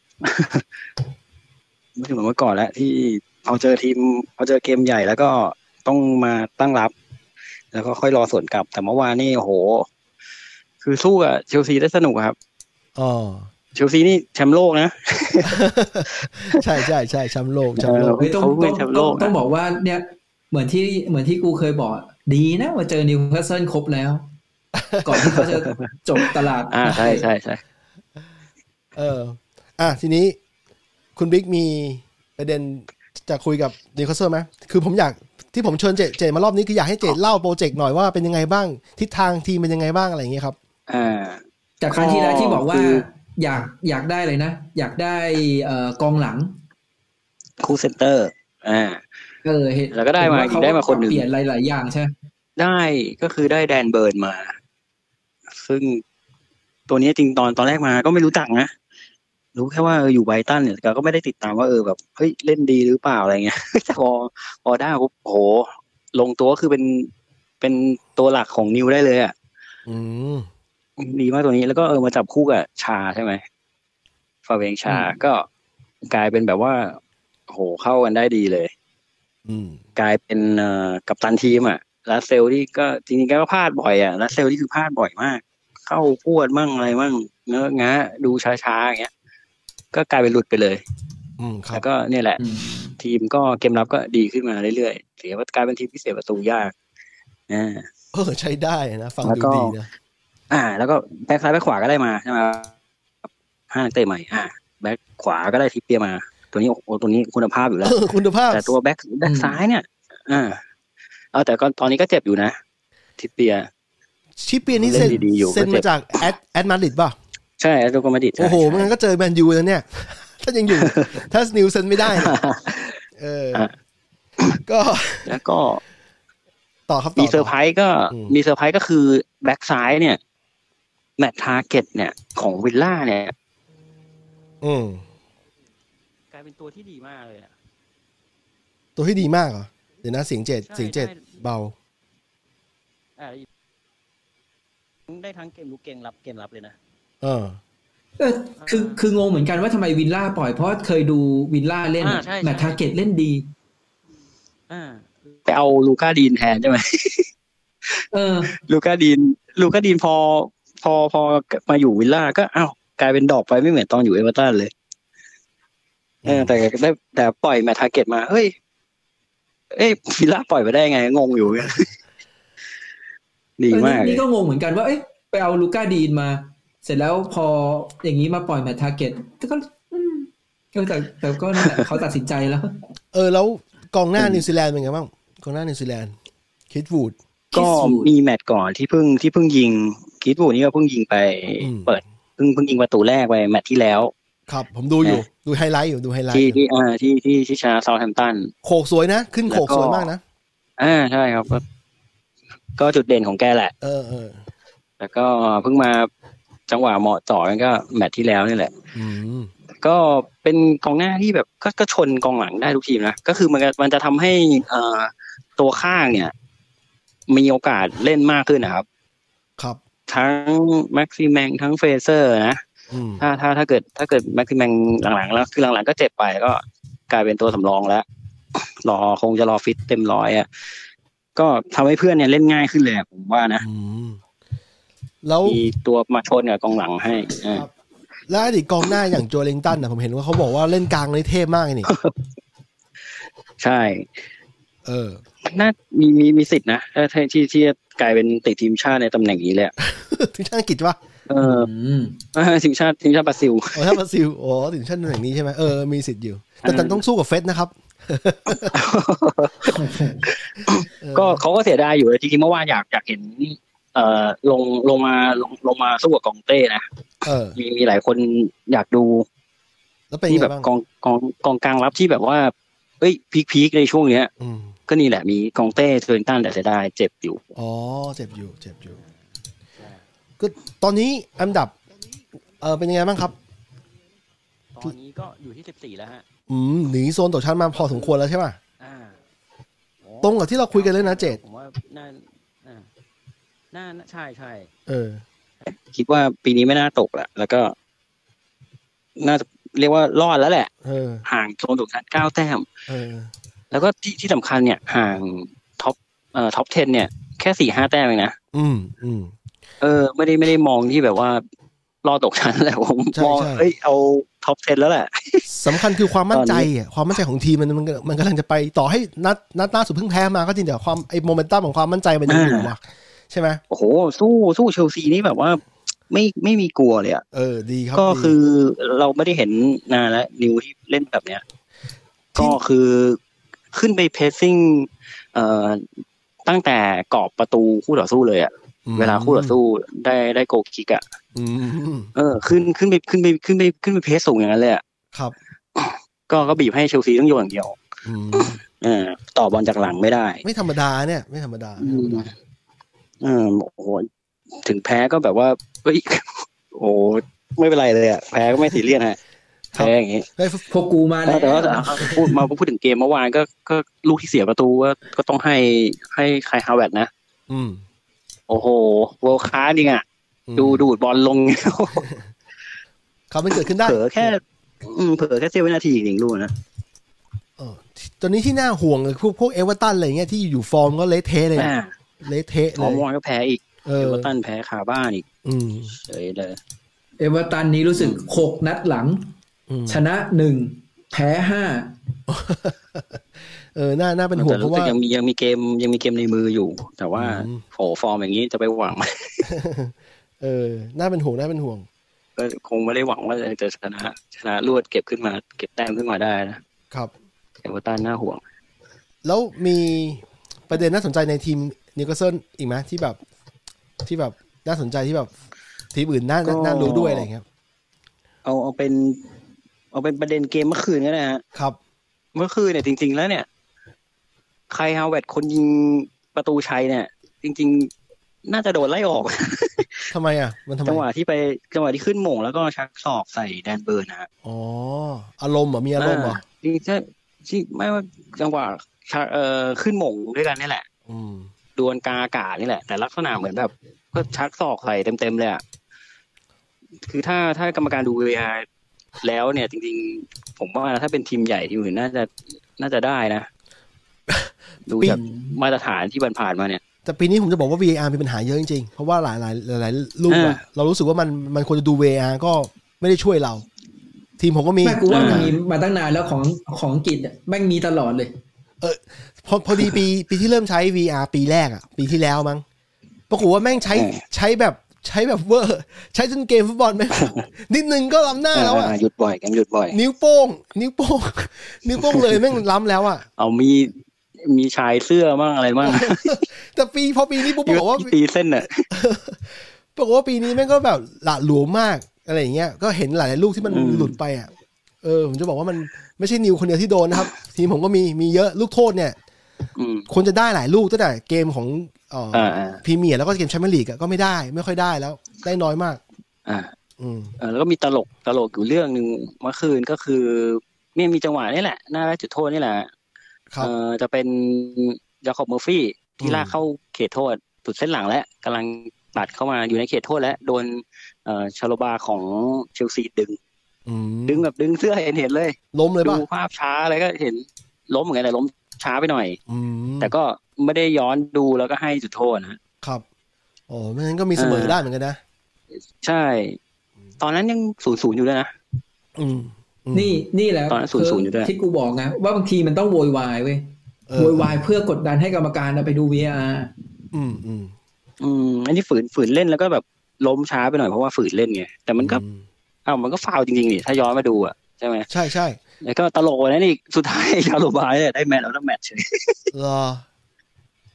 ไม่เหมือนเมื่อก่อนแล้วที่เอาเจอทีมเอาเจอเกมใหญ่แล้วก็ต้องมาตั้งรับแล้วก็ค่อยรอสวนกลับแต่เมื่อวานนี่โอ้โหคือสู้กับเชลซีได้สนุกครับอ๋อเชลซีนี่แชมป์โลกนะใช่ใช่ใช่แชมป์โลกแชมป์โลกต้องต้องต้องบอกว่าเนี่ยเหมือนที่เหมือนที่กูเคยบอกดีนะว่าเจอนิวคาสเซิลครบแล้วก่อนที่เขาจะจบตลาดอ่าใช่ใช่ใช่เอออ่ะทีนี้คุณบิ๊กมีประเด็นจะคุยกับนิวคาสเซิลไหมคือผมอยากที่ผมเชิญเจเจมารอบนี้คืออยากให้เจเล่าโปรเจกต์หน่อยว่าเป็นยังไงบ้างทิศทางทีมเป็นยังไงบ้างอะไรอย่างเงี้ยครับอ่าจากครั้งที่แล้วที่บอกว่าอยากอยากได้เลยนะอยากได้เอ่อกองหลังคู่เซนเตอร์อ่าเออแล้วก็ได้มาได้มาคนหนึ่งเปลี่ยนหลายๆอย่างใช่ได้ก็คือได้แดนเบิร์นมาซึ่งตัวนี้จริงตอนตอนแรกมาก็ไม่รู้จักนะรู้แค่ว่าอยู่ไบรตันเนี่ยก็ไม่ได้ติดตามว่าเออแบบเฮ้ยเล่นดีหรือเปล่าอะไรเงี้ยแต่พอพอได้ปุ๊บโอ้โหลงตัวคือเป็นเป็นตัวหลักของนิวได้เลยอ่ะอืมดีมากตัวนี้แล้วก็เออมาจับคู่กับชาใช่ไหมฟาเวงชาก็กลายเป็นแบบว่าโหเข้ากันได้ดีเลยอืมกลายเป็นเอ่อกัปตันทีมอ่ะลัสเซลที่ก็จริงๆก็พลาดบ่อยอ่ะลัสเซลที่คือพลาดบ่อยมากเข้าพวดมั่งอะไรมั่งเงอะงะดูช้าๆอย่างเงี้ยก็กลายเป็นหลุดไปเลยอืมครับแล้วก็เนี่ยแหละทีมก็เกมรับก็ดีขึ้นมาเรื่อยๆถือว่ากลายเป็นทีมพิเศษประตูยากอ่าเออใช้ได้นะฟังดูดีนะอ่าแล้วก็แบ็คซ้ายแบ็คขวาก็ได้มาใช่ไหมห้านักเตะใหม่อ่าแบ็คขวาก็ได้ทิปเปียมาตัวนี้โอ้ตัวนี้คุณภาพอยู่แล้วคุณภาพแต่ตัวแบ็คแบ็คซ้ายเนี่ยอ่าเอาแต่ก็ตอนนี้ก็เจ็บอยู่นะทิปเปียทิปเปียนี่เซ็นเซ็นมาจากแอดแอดมาดริดป่ะใช่แอดโตมาดริดโอ้โหมันก็เจอแมนยูแล้วเนี่ยถ้ายังอยู่ถ้านิวเซ็นไม่ได้เออก็แล้วก็ต่อครับมีเซอร์ไพรส์ก็มีเซอร์ไพรส์ก็คือแบ็คซ้ายเนี่ยแมตช์ทาร์เก็ตเนี่ยของวิลล่าเนี่ยอืมกลายเป็นตัวที่ดีมากเลยอ่ะตัวที่ดีมากเหรอเดี๋ยวนะเสียงเจ็ดเสียงเจ็ดเบาอ่าได้ทั้งเกมลุกเกมรับเกมรับเลยนะเออเออคือคืองงเหมือนกันว่าทำไมวิลล่าปล่อยเพราะเคยดูวิลล่าเล่นแมตช์ทาร์เก็ตเล่นดีอ่าไปเอาลูก้าดีนแทนใช่ไหมเออลูก้าดีนลูก้าดีนพอพอพอมาอยู่วิลล่าก็อ้าวกลายเป็นดอกไปไม่เหมือนตอนอยู่เอเวอร์ตันเลยเออแต่ได้แต่ปล่อยแมตช์ทาร์เก็ตมาเฮ้ยเอ้ยวิลล่าปล่อยไปได้ไงงงอยู่ดีมากนี่ก็งงเหมือนกันว่าเอ้ยไปเอาลูก้าดีนมาเสร็จแล้วพออย่างนี้มาปล่อยแมตช์ทาร์เก็ตก็เออแต่แต่ก็นั่นแหละเขาตัดสินใจแล้วเออแล้วกองหน้านิวซีแลนด์เป็นไงบ้างกองหน้านิวซีแลนด์คิดวูดก็มีแมตช์ก่อนที่เพิ่งที่เพิ่งยิงคิดวูดนี่ก็เพิ่งยิงไปเปิดเพิ่งเพิ่งยิงประตูแรกไปแมตช์ที่แล้วครับผมดูอยู่ดูไฮไลท์อยู่ดูไฮไลท์ที่ที่อ่าที่ที่ที่ชนะเซาท์แฮมป์ตันโขกสวยนะขึ้นโขกสวยมากนะอ่าใช่ครับก็ก็จุดเด่นของแกแหละเออเออแล้วก็เพิ่งมาจังหวะเหมาะจ่อกันก็แมตช์ที่แล้วนี่แหละอืมก็เป็นกองหน้าที่แบบก็ก็ชนกองหลังได้ทุกทีมนะก็คือมันมันจะทำให้อ่าตัวข้างเนี่ยมีโอกาสเล่นมากขึ้นนะครับครับทั้งแม็กซิแมงทั้งเฟเซอร์นะถ้าถ้าถ้าเกิดถ้าเกิดแม็กซิแมงหลังๆแล้วคือหลังๆก็เจ็บไปก็กลายเป็นตัวสำรองแล้วรอคงจะรอฟิตเต็มร้อยอ่ะก็ทำให้เพื่อนเนี่ยเล่นง่ายขึ้นเลยผมว่านะแล้วมีตัวมาชนกับกองหลังให้แล้วอดีตกองหน้าอย่างโจลิงตันนะผมเห็นว่าเขาบอกว่าเล่นกลางเลยเทพมากนี่ใช่เออน่ามีมีมีสิทธินะถ้าที่ที่กลายเป็นติดทีมชาติในตำแหน่งนี้เลยทีมชาติอังกฤษป่ะเออทีมชาติทีมชาติบราซิลอ๋อทีมชาติบราซิลอ๋อทีมชาติตำแหน่งนี้ใช่ไหมเออมีสิทธิ์อยู่แต่แต่ต้องสู้กับเฟสนะครับก็เขาก็เสียดายอยู่จริงๆเมื่อวานอยากอยากเห็นเอ่อลงลงมาลงลงมาสู้กับกองเต้นะเออมีมีหลายคนอยากดูแล้วเป็นที่แบบกองกองกองกลางรับที่แบบว่าเอ้ยพีคๆในช่วงเนี้ยก็นี่แหละมีกองเต้เทอร์นตันแต่เสียดายเจ็บอยู่อ๋อเจ็บอยู่เจ็บอยู่ก็ตอนนี้อันดับเออเป็นยังไงบ้างครับตอนนี้ก็อยู่ที่สิบสี่แล้วฮะอืมหนีโซนตกชั้นมาพอสมควรแล้วใช่ป่ะอ่าตรงกับที่เราคุยกันเลยนะเจตผมว่าน่าน่าใช่ใช่เออคิดว่าปีนี้ไม่น่าตกแหละแล้วก็น่าจะเรียกว่ารอดแล้วแหละเออห่างโซนตกชั้นเก้าแต้มเออแล้วก็ที่ที่สำคัญเนี่ยห่างท็อปเอ่อท็อปสิบเนี่ยแค่ สี่ห้า แต้มเองนะอืมอืมเออไม่ได้ไม่ได้มองที่แบบว่ารอดตกชั้นแหละผมมองเอ้ยเอาท็อปสิบแล้วแหละสำคัญคือความมั่นใจอ่ะความมั่นใจของทีมมันมันมันกำลังจะไปต่อให้นัดนัดล่าสุดเพิ่งแพ้มาก็จริงแต่ความไอ้โมเมนตัมของความมั่นใจมันยังอยู่ว่ะใช่ไหมโอ้โหสู้สู้เชลซีนี่แบบว่าไม่ไม่มีกลัวเลยอ่ะเออดีครับก็คือเราไม่ได้เห็นนานแล้วนิวที่เล่นแบบเนี้ยก็คือขึ้นไปเพสซิ่งเอ่อตั้งแต่กรอบประตูคู่ต่อสู้เลยอ่ะเวลาคู่ต่อสู้ได้ได้โกลคิกอ่ะเออขึ้นขึ้นไปขึ้นไปขึ้นไปขึ้นไปเพสสูงอย่างนั้นเลยอ่ะครับก็ก็บีบให้เชลซีต้องโยนอย่างเดียวเออต่อบอลจากหลังไม่ได้ไม่ธรรมดาเนี่ยไม่ธรรมดาเออโอ้โหถึงแพ้ก็แบบว่าเฮ้ยโอ้ไม่เป็นไรเลยอ่ะแพ้ก็ไม่ซีเรียสฮะแพ้อย่างงี้พวกกูมาแล้วแต่ว่าพูดมาพูดถึงเกมเมื่อวานก็ก็ลูกที่เสียประตูก็ก็ต้องให้ให้ใครฮาวเวิร์ดนะอืมโอ้โหเวิลด์คลาสจริงอ่ะดูดูดบอลลงเขาไม่เกิดขึ้นได้เผลอแค่อืมเผลอแค่เสี้ยววินาทีจริงๆลูกนะเออตอนนี้ที่น่าห่วงคือพวกพวกเอเวอร์ตันอะไรเงี้ยที่อยู่ฟอร์มก็เละเทะเลยเละเทะเลยฟอร์มวอนก็แพ้อีกเอเวอร์ตันแพ้คาบ้านอีกอืมเฉยเลยเอเวอร์ตันนี้รู้สึกหกนัดหลังชนะหนึ่งแพ้ห้าเออน่าน่าเป็นห่วงเพราะว่ายังมียังมีเกมยังมีเกมในมืออยู่แต่ว่าโหฟอร์มอย่างนี้จะไปหวังเออน่าเป็นห่วงน่าเป็นห่วงก็คงไม่ได้หวังว่าจะชนะชนะรวดเก็บขึ้นมาเก็บแต้มขึ้นมาได้นะครับเอเวอร์ตันน่าห่วงแล้วมีประเด็นน่าสนใจในทีมนิวคาสเซิลอีกไหมที่แบบที่แบบน่าสนใจที่แบบทีมอื่นน่าน่ารู้ด้วยอะไรเงี้ยเอาเอาเป็นเอาเป็นประเด็นเกมเมื่อคืนก็ได้ฮะครับเมื่อคืนเนี่ยจริงๆแล้วเนี่ยใครฮาวเวิร์ดคนยิงประตูชัยเนี่ยจริงๆน่าจะโดนไล่ออกทำไมอ่ะมันทำไมจังหวะที่ไปจังหวะที่ขึ้นโมงแล้วก็ชักศอกใส่แดนเบิร์นนะฮะอ๋ออารมณ์เหรอมีอารมณ์เหรอจริงๆที่ไม่ว่าจังหวะเอ่อขึ้นโมงด้วยกันนี่แหละอืมดวลกลางอากาศนี่แหละแต่ลักษณะเหมือนแบบก็ชักศอกใส่เต็มๆเลยอ่ะคือถ้าถ้ากรรมการดู วี อาร์ แล้วเนี่ยจริงๆผมว่าถ้าเป็นทีมใหญ่ที่อื่นน่าจะน่าจะได้นะดูจากมาตรฐานที่ผ่านๆมาเนี่ยแต่ปีนี้ผมจะบอกว่า วี อาร์ มีปัญหาเยอะจริงๆเพราะว่าหลายๆหลายๆลูกอะเรารู้สึกว่ามันมันควรจะดู วี อาร์ ก็ไม่ได้ช่วยเราทีมผมก็มีแม่กูว่ามันมีมาตั้งนานแล้วของของอังกฤษแม่งมีตลอดเลยเออพอพอดีปีปีที่เริ่มใช้ วี อาร์ ปีแรกอะปีที่แล้วมั้งปรากฏว่าแม่งใช้ใช้แบบใช้แบบเวอร์ใช้จนเกมฟุตบอลแม่งนิดนึงก็ล้ำหน้าแล้วอะหยุดบ่อยกันหยุดบ่อยนิ้วโป้งนิ้วโป้งนิ้วโป้งเลยแม่งล้ำแล้วอะเอามีมีชายเสื้อมั่งอะไรมั่งแต่ปีพอปีนี้ปุ๊บบอกว่าปีเส้นน่ะปรากฏว่าปีนี้แม่งก็แบบหละหลวมมากอะไรอย่างเงี้ยก็เห็นหลายๆลูกที่มันหลุดไปอ่ะเออผมจะบอกว่ามันไม่ใช่นิวคนเดียวที่โดนนะครับทีมผมก็มีมีเยอะลูกโทษเนี่ยควรจะได้หลายลูกตั้งแต่เกมของเอ่อพรีเมียร์แล้วก็เกมแชมเปี้ยนลีกก็ไม่ได้ไม่ค่อยได้แล้วได้น้อยมากอ่าอืมเออแล้วก็มีตลกตลกอยู่เรื่องนึงเมื่อคืนก็คือเนี่ยมีจังหวะนี่แหละหน้าจุดโทษนี่แหละเออจะเป็นยาคอบเมอร์ฟี่ที่ลากเข้าเขตโทษสุดเส้นหลังแล้วกำลังตัดเข้ามาอยู่ในเขตโทษแล้วโดนเอ่อชาโลบาของเชลซีดึงดึงแบบดึงเสื้อเห็นเห็นเลยล้มเลยป่ะดูภาพช้าอะไรก็เห็นล้มเหมือนกันแต่ล้มช้าไปหน่อยแต่ก็ไม่ได้ย้อนดูแล้วก็ให้จุดโทษนะครับโอ้ไม่งั้นก็มีเสมอได้เหมือนกันนะใช่ตอนนั้นยังศูนย์ศูนย์อยู่เลยนะอืมนี่นี่แหละตอนนั้นศูนย์ศูนย์อยู่ด้วยที่กูบอกไงว่าบางทีมันต้องโวยวายเว้ยโวยวายเพื่อกดดันให้กรรมการไปดู วี อาร์อืมอืมอืมอันนี้ฝืนฝืนเล่นแล้วก็แบบล้มช้าไปหน่อยเพราะว่าฝืนเล่นไงแต่มันก็อ้าวมันก็ฟาวจริงๆนี่ถ้าย้อนมาดูอ่ะใช่ไหมใช่ใช่แล้วก็ตลกนะนี่สุดท้ายชาโลบาเนี่ยได้แมตช์แล้วได้แมตช์เฉยรอ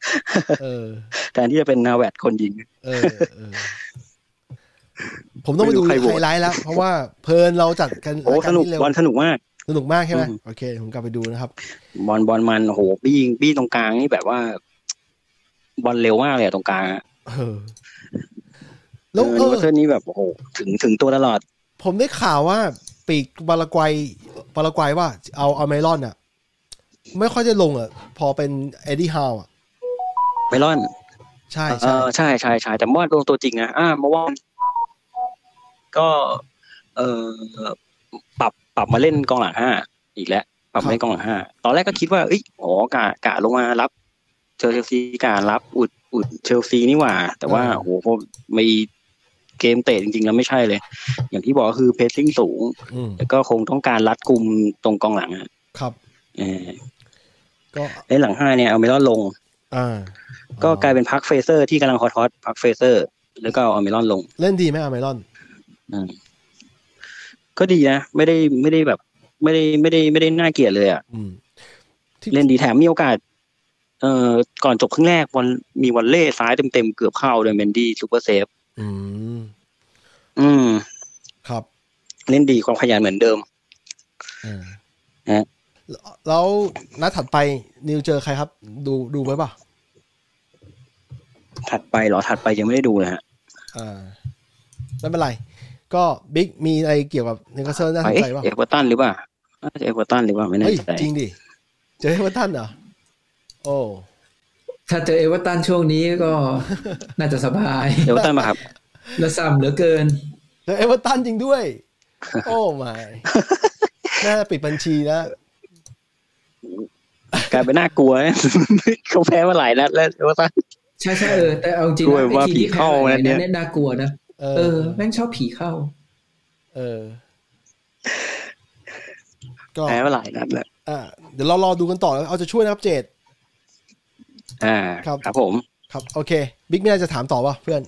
เออแทนที่จะเป็นนาแวดคนยิงเออเออผมต้องไปดูไฮไลท์แล้วเพราะว่าเพลินเราจัดกันโอ้สนุกบอลสนุกมากสนุกมากใช่ไหมโอเคผมกลับไปดูนะครับบอลบอลมันโอ้โหบี้บี้ตรงกลางนี่แบบว่าบอลเร็วมากเลยตรงกลางเออแล้วเออเส้นนี้แบบโอ้โหถึงถึงตัวตลอดผมได้ข่าวว่าปีกปารากวัยปารากวัยว่าเอาเอาเมลอนอ่ะไม่ค่อยจะลงอ่ะพอเป็นเอ็ดดี้ฮาวอ่ะเมลอนใช่ใช่ใช่ใช่ใช่แต่เมื่อวานลงตัวจริงนะอ่าเมื่อวานก็เออปรับปรับมาเล่นกองหลังห้าอีกแล้วปรับมาเล่นกองหลังห้าตอนแรกก็คิดว่าเอ้ยอ๋อกะกะลงมารับเชลซีกะรับอุดอุดเชลซีนี่หว่าแต่ว่าโอ้โหพอมีเกมเตะจริงๆแล้วไม่ใช่เลยอย่างที่บอกก็คือเพสซิ่งสูงแล้วก็คงต้องการรัดกุมตรงกองหลังครับเออก็เล่นหลังห้าเนี่ยเอาเมลอนลงอ่าก็กลายเป็นพักเฟเซอร์ที่กำลังฮอตฮอตพักเฟเซอร์แล้วก็เอาเมลอนลงเล่นดีไหมเอาเมลอนอืมก็ดีนะไม่ได้ไม่ได้แบบไม่ได้ไม่ได้ไม่ได้น่าเกลียดเลยอ่ะเล่นดีแถมมีโอกาสเอ่อก่อนจบครึ่งแรกวันมีวันเล่ซ้ายเต็มๆเกือบเข้าโดยเมนดี้ซุปเปอร์เซฟอืมอืมครับเล่นดีความขยันเหมือนเดิมอ่าฮะแล้วนัดถัดไปนิวเจอใครครับดูดูไว้ป่ะถัดไปเหรอถัดไปยังไม่ได้ดูเลยฮะอ่าไม่เป็นไรก็บิ๊กมีอะไรเกี่ยวกับนิวคาสเซิลน่าสนใจป่ะเอเวอร์ตันหรือเปล่าเอเวอร์ตันหรือเปล่าไม่แน่ใจจริงดิเจอเอเวอร์ตันเหรอโอ้ถ้าเจอเอเวอร์ตันช่วงนี้ก็น่าจะสบายเอเวอร์ตันมาครับแล้วซ้ำเหลือเกินเจอเอเวอร์ตันจริงด้วยโอ้ไม่น่าปิดบัญชีนะกลายเป็นน่ากลัวเขาแพ้มาหลายนัดแล้วเอเวอร์ตันใช่ใช่เออแต่เอาจริงนะไอ้ทีมที่แพ้อะไรเนี่ยน่ากลัวนะเออแม่งชอบผีเข้าเออก็แพ้มาหลายนัดแล้วอ่าเดี๋ยวเรารอดูกันต่อแล้วเอาจะช่วยนะครับเจดอ่าครับครับผมครับโอเคบิ๊กมีอะไรจะถามต่อป่ะเพื่อน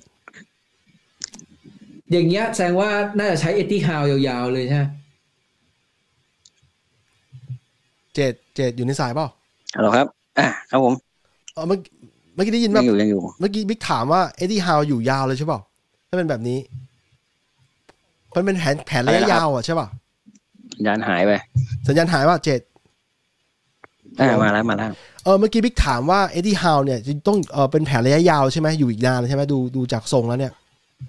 อย่างเงี้ยแสดงว่าน่าจะใช้เอ็ดดี้ฮาวยาวๆเลยใช่ไหมเจดเจดอยู่ในสายเปล่าฮัลโหลครับอ่าครับผมเออเมื่อเมื่อกี้ได้ยินว่ายังอยู่ยังอยู่เมื่อกี้บิ๊กถามว่าเอ็ดดี้ฮาวอยู่ยาวเลยใช่เปล่าถ้าเป็นแบบนี้มันเป็นแผนแผนระยะยาวอ่ะใช่ป่ะสัญญาณหายไปสัญญาณหายว่าเจดอ่ามาแล้วมาแล้วเออเมื่อกี้บิ๊กถามว่าเอ็ดดี้ฮาวเนี่ยจะต้องเออเป็นแผนระยะยาวใช่ไหมอยู่อีกนานใช่ไหมดูดูจากทรงแล้วเนี่ย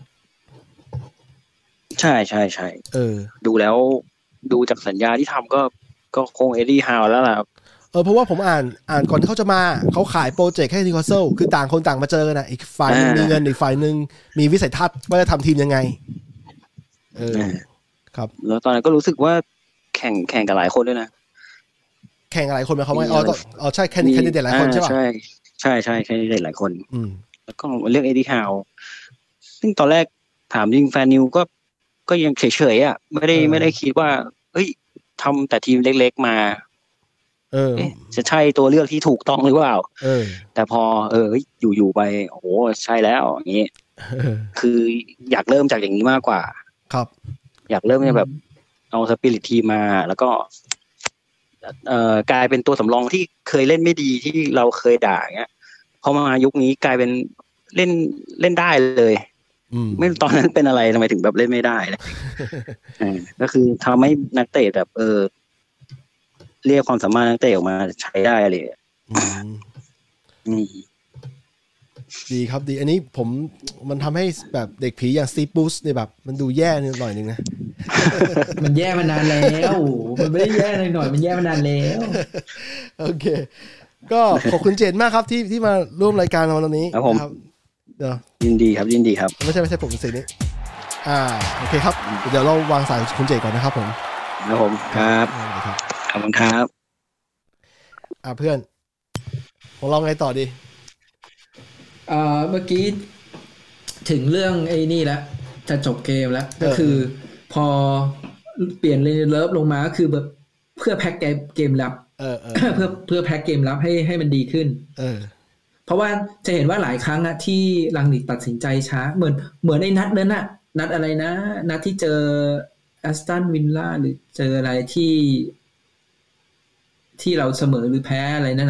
ใช่ใช่ใช่เออดูแล้วดูจากสัญญาที่ทำก็ก็คงเอ็ดดี้ฮาวแล้วล่ะเออเพราะว่าผมอ่านอ่านก่อนที่เขาจะมาเขาขายโปรเจกต์ให้นิวคาสเซิลคือต่างคนต่างมาเจอกันนะอีกฝ่ายนึงมีเงินอีกฝ่ายนึงมีวิสัยทัศน์ว่าจะทำทีมยังไงเออครับแล้วตอนนั้นก็รู้สึกว่าแข่งแข่งกับหลายคนด้วยนะแข่งกับหลายคนไหมเขาไม่อ๋ออ๋อใช่แคนดิเดตหลายคนใช่ป่ะใช่ใช่ใช่แคนดิเดตหลายคนอืมแล้วก็เลือกเอ็ดดี้ฮาวซึ่งตอนแรกถามจริงแฟนนิวก็ก็ยังเฉยๆอ่ะไม่ได้ไม่ได้คิดว่าเฮ้ยทำแต่ทีมเล็กๆมาเออจะใช่ตัวเลือกที่ถูกต้องหรือเปล่าเออแต่พอเอออยู่ๆไปโอ้โหใช่แล้วอย่างนี้คืออยากเริ่มจากอย่างนี้มากกว่าครับอยากเริ่มแบบเอาสปิริตทีมมาแล้วก็เอ่อกลายเป็นตัวสำรองที่เคยเล่นไม่ดีที่เราเคยด่าเงี้ยพอมายุคนี้กลายเป็นเล่นเล่นได้เลยไม่ตอนนั้นเป็นอะไรทำไมถึงแบบเล่นไม่ได้เลยก็คือทำให้นักเตะแบบเออเรียกความสามารถนักเตะออกมาใช้ได้เลยอืมดีครับดีอันนี้ผมมันทำให้แบบเด็กผีอย่างซีบูสเนี่ยแบบมันดูแย่นิดหน่อยนึงนะมันแย่มานานแล้วมันไม่ได้แย่หน่อยๆมันแย่มานานแล้วโอเคก็ขอบคุณเจนมากครับที่ที่มาร่วมรายการในวันนี้ครับเดี๋ยวยินดีครับยินดีครับไม่ใช่ไม่ใช่ผมเป็นสิ่งนี้อ่าโอเคครับเดี๋ยวเราวางสายคุณเจนก่อนนะครับผมครับผมครับขอบคุณครับอ่าเพื่อนของเราไงต่อดีอ่าเมื่อกี้ถึงเรื่องไอ้นี่แล้วจะจบเกมแล้วก็คือพอเปลี่ยนเลนเลิฟลงมาก็คือแบบเพื่อแพ็คเกมเกมลับเออเพื่อเพื่อแพ็คเกมลับให้ให้มันดีขึ้นเออเพราะว่าจะเห็นว่าหลายครั้งอะที่ลังนิกตัดสินใจช้าเหมือนเหมือนในนัดนั้นน่ะนัดอะไรนะนัดที่เจอแอสตันวิลล่าหรือเจออะไรที่ที่เราเสมอหรือแพ้อะไรนั่นน่ะ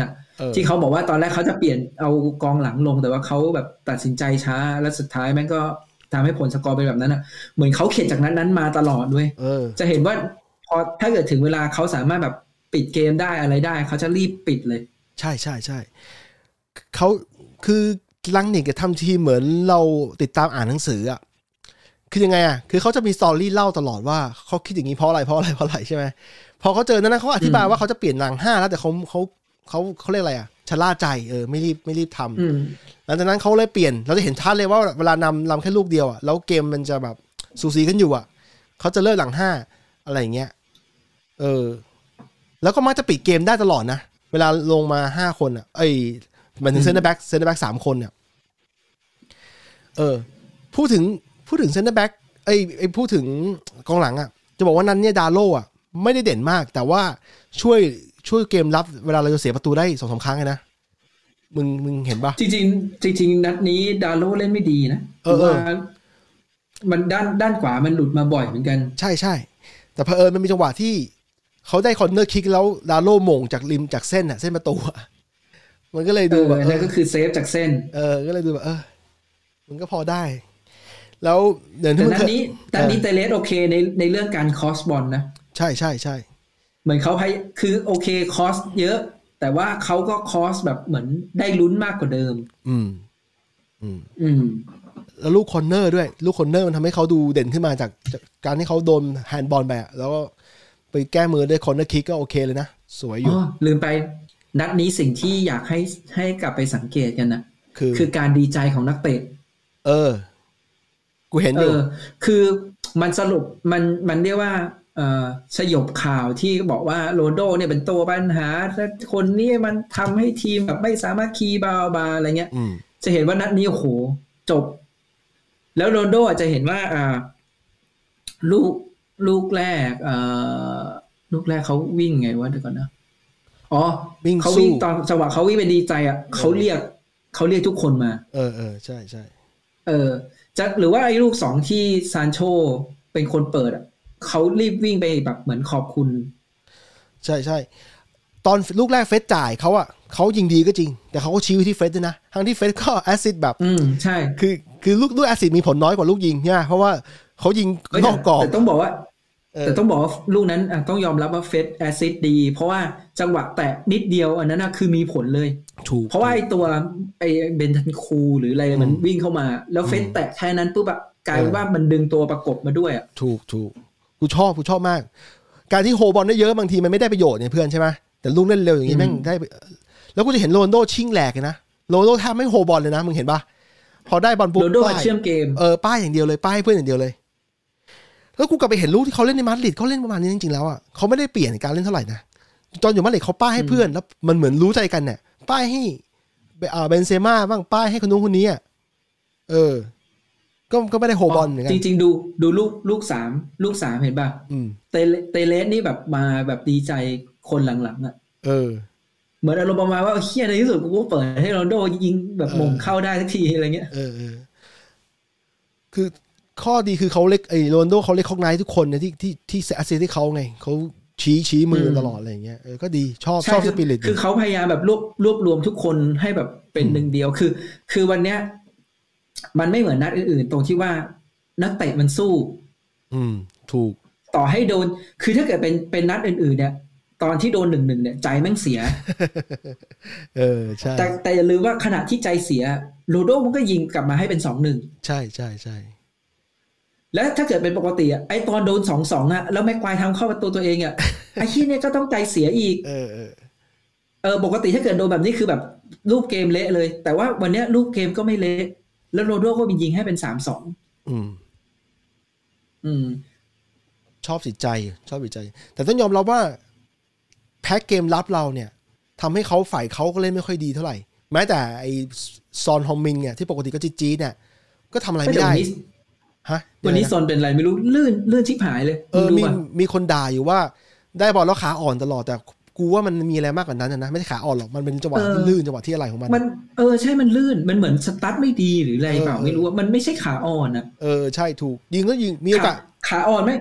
ที่เขาบอกว่าตอนแรกเขาจะเปลี่ยนเอากองหลังลงแต่ว่าเขาแบบตัดสินใจช้าแล้วสุดท้ายแม่งก็ทำให้ผลสกอร์เป็นแบบนั้นอ่ะเหมือนเขาเข็ดจากนั้นนั้นมาตลอดด้วยจะเห็นว่าพอถ้าเกิดถึงเวลาเขาสามารถแบบปิดเกมได้อะไรได้เขาจะรีบปิดเลยใช่ใช่ใช่เขาคือลังนิกจะทำทีเหมือนเราติดตามอ่านหนังสืออ่ะคือยังไงอ่ะคือเขาจะมีสตอรี่เล่าตลอดว่าเขาคิดอย่างนี้เพราะอะไรเพราะอะไรเพราะอะไรใช่ไหมพอเขาเจอนั้นเขาอธิบายว่าเขาจะเปลี่ยนหลังห้าแล้วแต่เขาเขาเขาเขาเรียกอะไรอ่ะชะล่าใจเออไม่รีบไม่รีบทำหลังจากนั้นเขาเลยเปลี่ยนเราจะเห็นชัดเลยว่าเวลานำนำแค่ลูกเดียวอ่ะแล้วเกมมันจะแบบสูสีกันอยู่อ่ะเขาจะเลิกหลังห้าอะไรอย่างเงี้ยเออแล้วก็มักจะปิดเกมได้ตลอดนะเวลาลงมาห้าคนอ่ะเอ้ยหมายถึงเซนเตอร์แบ็กเซนเตอร์แบ็กสามคนเนี่ยเออพูดถึงพูดถึงเซนเตอร์แบ็กไอ้ไอ้พูดถึงกองหลังอ่ะจะบอกว่านั้นเนี่ยดาโลอ่ะไม่ได้เด่นมากแต่ว่าช่วยช่วยเกมรับเวลาเราจะเสียประตูได้สองสามครั้งเลยนะมึงมึงเห็นปะจริงจริงจริงนัดนี้ดาโลเล่นไม่ดีนะเพราะว่ามันด้านด้านขวามันหลุดมาบ่อยเหมือนกันใช่ใช่แต่เผอิญมันมีจังหวะที่เขาได้คอร์เนอร์คิกแล้วดาโลโมงจากริมจากเส้นอ่ะเส้นประตูอ่ะมันก็เลยดูแบบนั่นก็คือเซฟจากเส้นเออก็เลยดูแบบเออมันก็พอได้แล้วเดี๋ยวนัดนี้นัดนี้เตเลสโอเคในในเรื่องการคอสบอลนะใช่ใช่ใช่เหมือนเขาให้คือโอเคคอสเยอะแต่ว่าเขาก็คอสแบบเหมือนได้ลุ้นมากกว่าเดิมอืมอืมอืมแล้วลูกคอร์เนอร์ด้วยลูกคอร์เนอร์มันทำให้เขาดูเด่นขึ้นมาจากการที่เขาโดนแฮนด์บอลไปอ่ะแล้วก็ไปแก้มือด้วยคอร์เนอร์คิกก็โอเคเลยนะสวยอยู่อ๋อลืมไปนัดนี้สิ่งที่อยากให้ให้กลับไปสังเกตกันนะคือคือการดีใจของนักเตะเออกูเห็นอยู่คือมันสรุปมันมันเรียกว่าเอ่อสยบข่าวที่บอกว่าโรนัลโดเนี่ยเป็นตัวปัญหาคนนี้มันทำให้ทีมแบบไม่สามารถคีย์บาลบาอะไรเงี้ยจะเห็นว่านัดนี้โอ้โหจบแล้วโรนัลโดอาจจะเห็นว่าอ่าลูกลูกแรกเอ่อลูกแรกเขาวิ่งไงวะเดี๋ยวก่อนนะอ๋อเขาวิ่งตอนจังหวะเขาวิ่งไปดีใจอ่ะเขาเรียกเขาเรียกทุกคนมาเออเออใช่ใช่เออจะหรือว่าไอ้ลูกสองที่ซานโชเป็นคนเปิดอ่ะเขารีบวิ่งไปแบบเหมือนขอบคุณใช่ใช่ตอนลูกแรกเฟสจ่ายเขาอ่ะเขายิงดีก็จริงแต่เขาก็ชี้ที่เฟสด้วยนะทั้งที่เฟสก็แอสซิสต์แบบอืมใช่คือคือลูกลูกแอสซิสต์มีผลน้อยกว่าลูกยิงเนี่ยเพราะว่าเขายิงนอกกรอบแต่ต้องบอกว่าแต่ต้องบอกว่าลูกนั้นต้องยอมรับว่าเฟสแอสซิสต์ดีเพราะว่าจังหวะแตะนิดเดียวอันนั้นคือมีผลเลยเพราะว่าไอ้ตัวไอ้เบนทันคูหรืออะไรมันวิ่งเข้ามาแล้วเฟสแตะแค่นั้นปุ๊บแบบกลายว่ามันดึงตัวประกบมาด้วยอ่ะถูกถูกกูชอบกูชอบมากการที่โฮบอลได้เยอะบางทีมันไม่ได้ประโยชน์เนี่ยเพื่อนใช่ไหมแต่ลูกเล่นเร็วอย่างนี้แม่งได้แล้วกูจะเห็นโรนัลโดชิ่งแหลกเลยนะโรนัลโดแทบไม่โฮบอลเลยนะมึงเห็นปะพอได้บอลปุ๊บโรนัลโดเชื่อมเกมเออป้ายอย่างเดียวเลยป้ายให้เพื่อนอย่างเดียวเลยแล้วกูกลับไปเห็นลูกที่เขาเล่นในมาดริดเขาเล่นประมาณนี้จริงๆแล้วอ่ะเขาไม่ได้เปลี่ยนการเล่นเท่าไหร่นะตอนอยู่มาดริดเขาป้ายให้เพื่อนแล้วมันเหมือนรู้ใจกันเนี่ยป้ายให้เอ่อเบนเซม่าบ้างป้ายให้คนนู้นคนนี้อ่ะเออก็ก็ไม่ได้โฮบอลเหมือนกันจริงๆดูดูลูกลูกสามลูกสามเห็นป่ะเตเตเลสนี่แบบมาแบบดีใจคนหลังๆอ่ะเออเหมือนอารมณ์ประมาณว่าเฮียในที่สุดกูเปิดให้โรนัลโดยิงแบบมงเข้าได้สักทีอะไรเงี้ยเออคือข้อดีคือเขาเล็กไอ้โรนัลโดเขาเล็กคอกไนท์ทุกคนเนี่ยที่ที่ที่แอสซิสต์ให้เขาไงเขาชี้ชี้มือตลอดอะไรอย่างเงี้ยเออก็ดีชอบชอบสปิริตคือเขาพยายามแบบรวบรวบรวมทุกคนให้แบบเป็นหนึ่งเดียวคือคือวันเนี้ยมันไม่เหมือนนัดอื่นๆตรงที่ว่านักเตะมันสู้อืมถูกต่อให้โดนคือถ้าเกิดเป็นเป็นนัดอื่นๆเนี่ยตอนที่โดนหนึ่งหนึ่งเนี่ยใจแม่งเสียเออใช่แต่แต่อย่าลืมว่าขณะที่ใจเสียโรนัลโดมันก็ยิงกลับมาให้เป็นสองหนึ่งใช่ใช่ใช่แล้วถ้าเกิดเป็นปกติอ่ะไอ้ตอนโดน สองสอง อ่ะแล้วแม็กควายทำเข้าประตูตัวเองอ่ะ ไอ้ที่เนี่ยก็ต้องใจเสียอีกเออเออเออปกติถ้าเกิดโดนแบบนี้คือแบบรูปเกมเละเลยแต่ว่าวันนี้รูปเกมก็ไม่เละแล้วโรนัลโดก็ยิงให้เป็น สามสองอืมอืมชอบจิตใจชอบจิตใจแต่ต้องยอมรับว่าแพ็คเกมรับเราเนี่ยทำให้เขาฝ่ายเขาก็เล่นไม่ค่อยดีเท่าไหร่แม้แต่ไอซอนฮอมมิงเนี่ยที่ปกติก็จี๊ดๆเนี่ยก็ทำอะไรไม่ได้ฮะวันนี้ซอนเป็นอะไรไม่รู้ลื่นลื่นชิบหายเลยเออมีมีคนด่าอยู่ว่าได้บอลแล้วขาอ่อนตลอดแต่กูว่ามันมีอะไรมากกว่านั้นนะไม่ใช่ขาอ่อนหรอกมันเป็นจังหวะที่ลื่นจังหวะที่อะไรของมันมันเออใช่มันลื่นมันเหมือนสตาร์ทไม่ดีหรืออะไรเปล่าไม่รู้ว่ามันไม่ใช่ขาอ่อนอ่ะเออใช่ถูกยิงก็ยิงมีโอกาสขาอ่อนไหม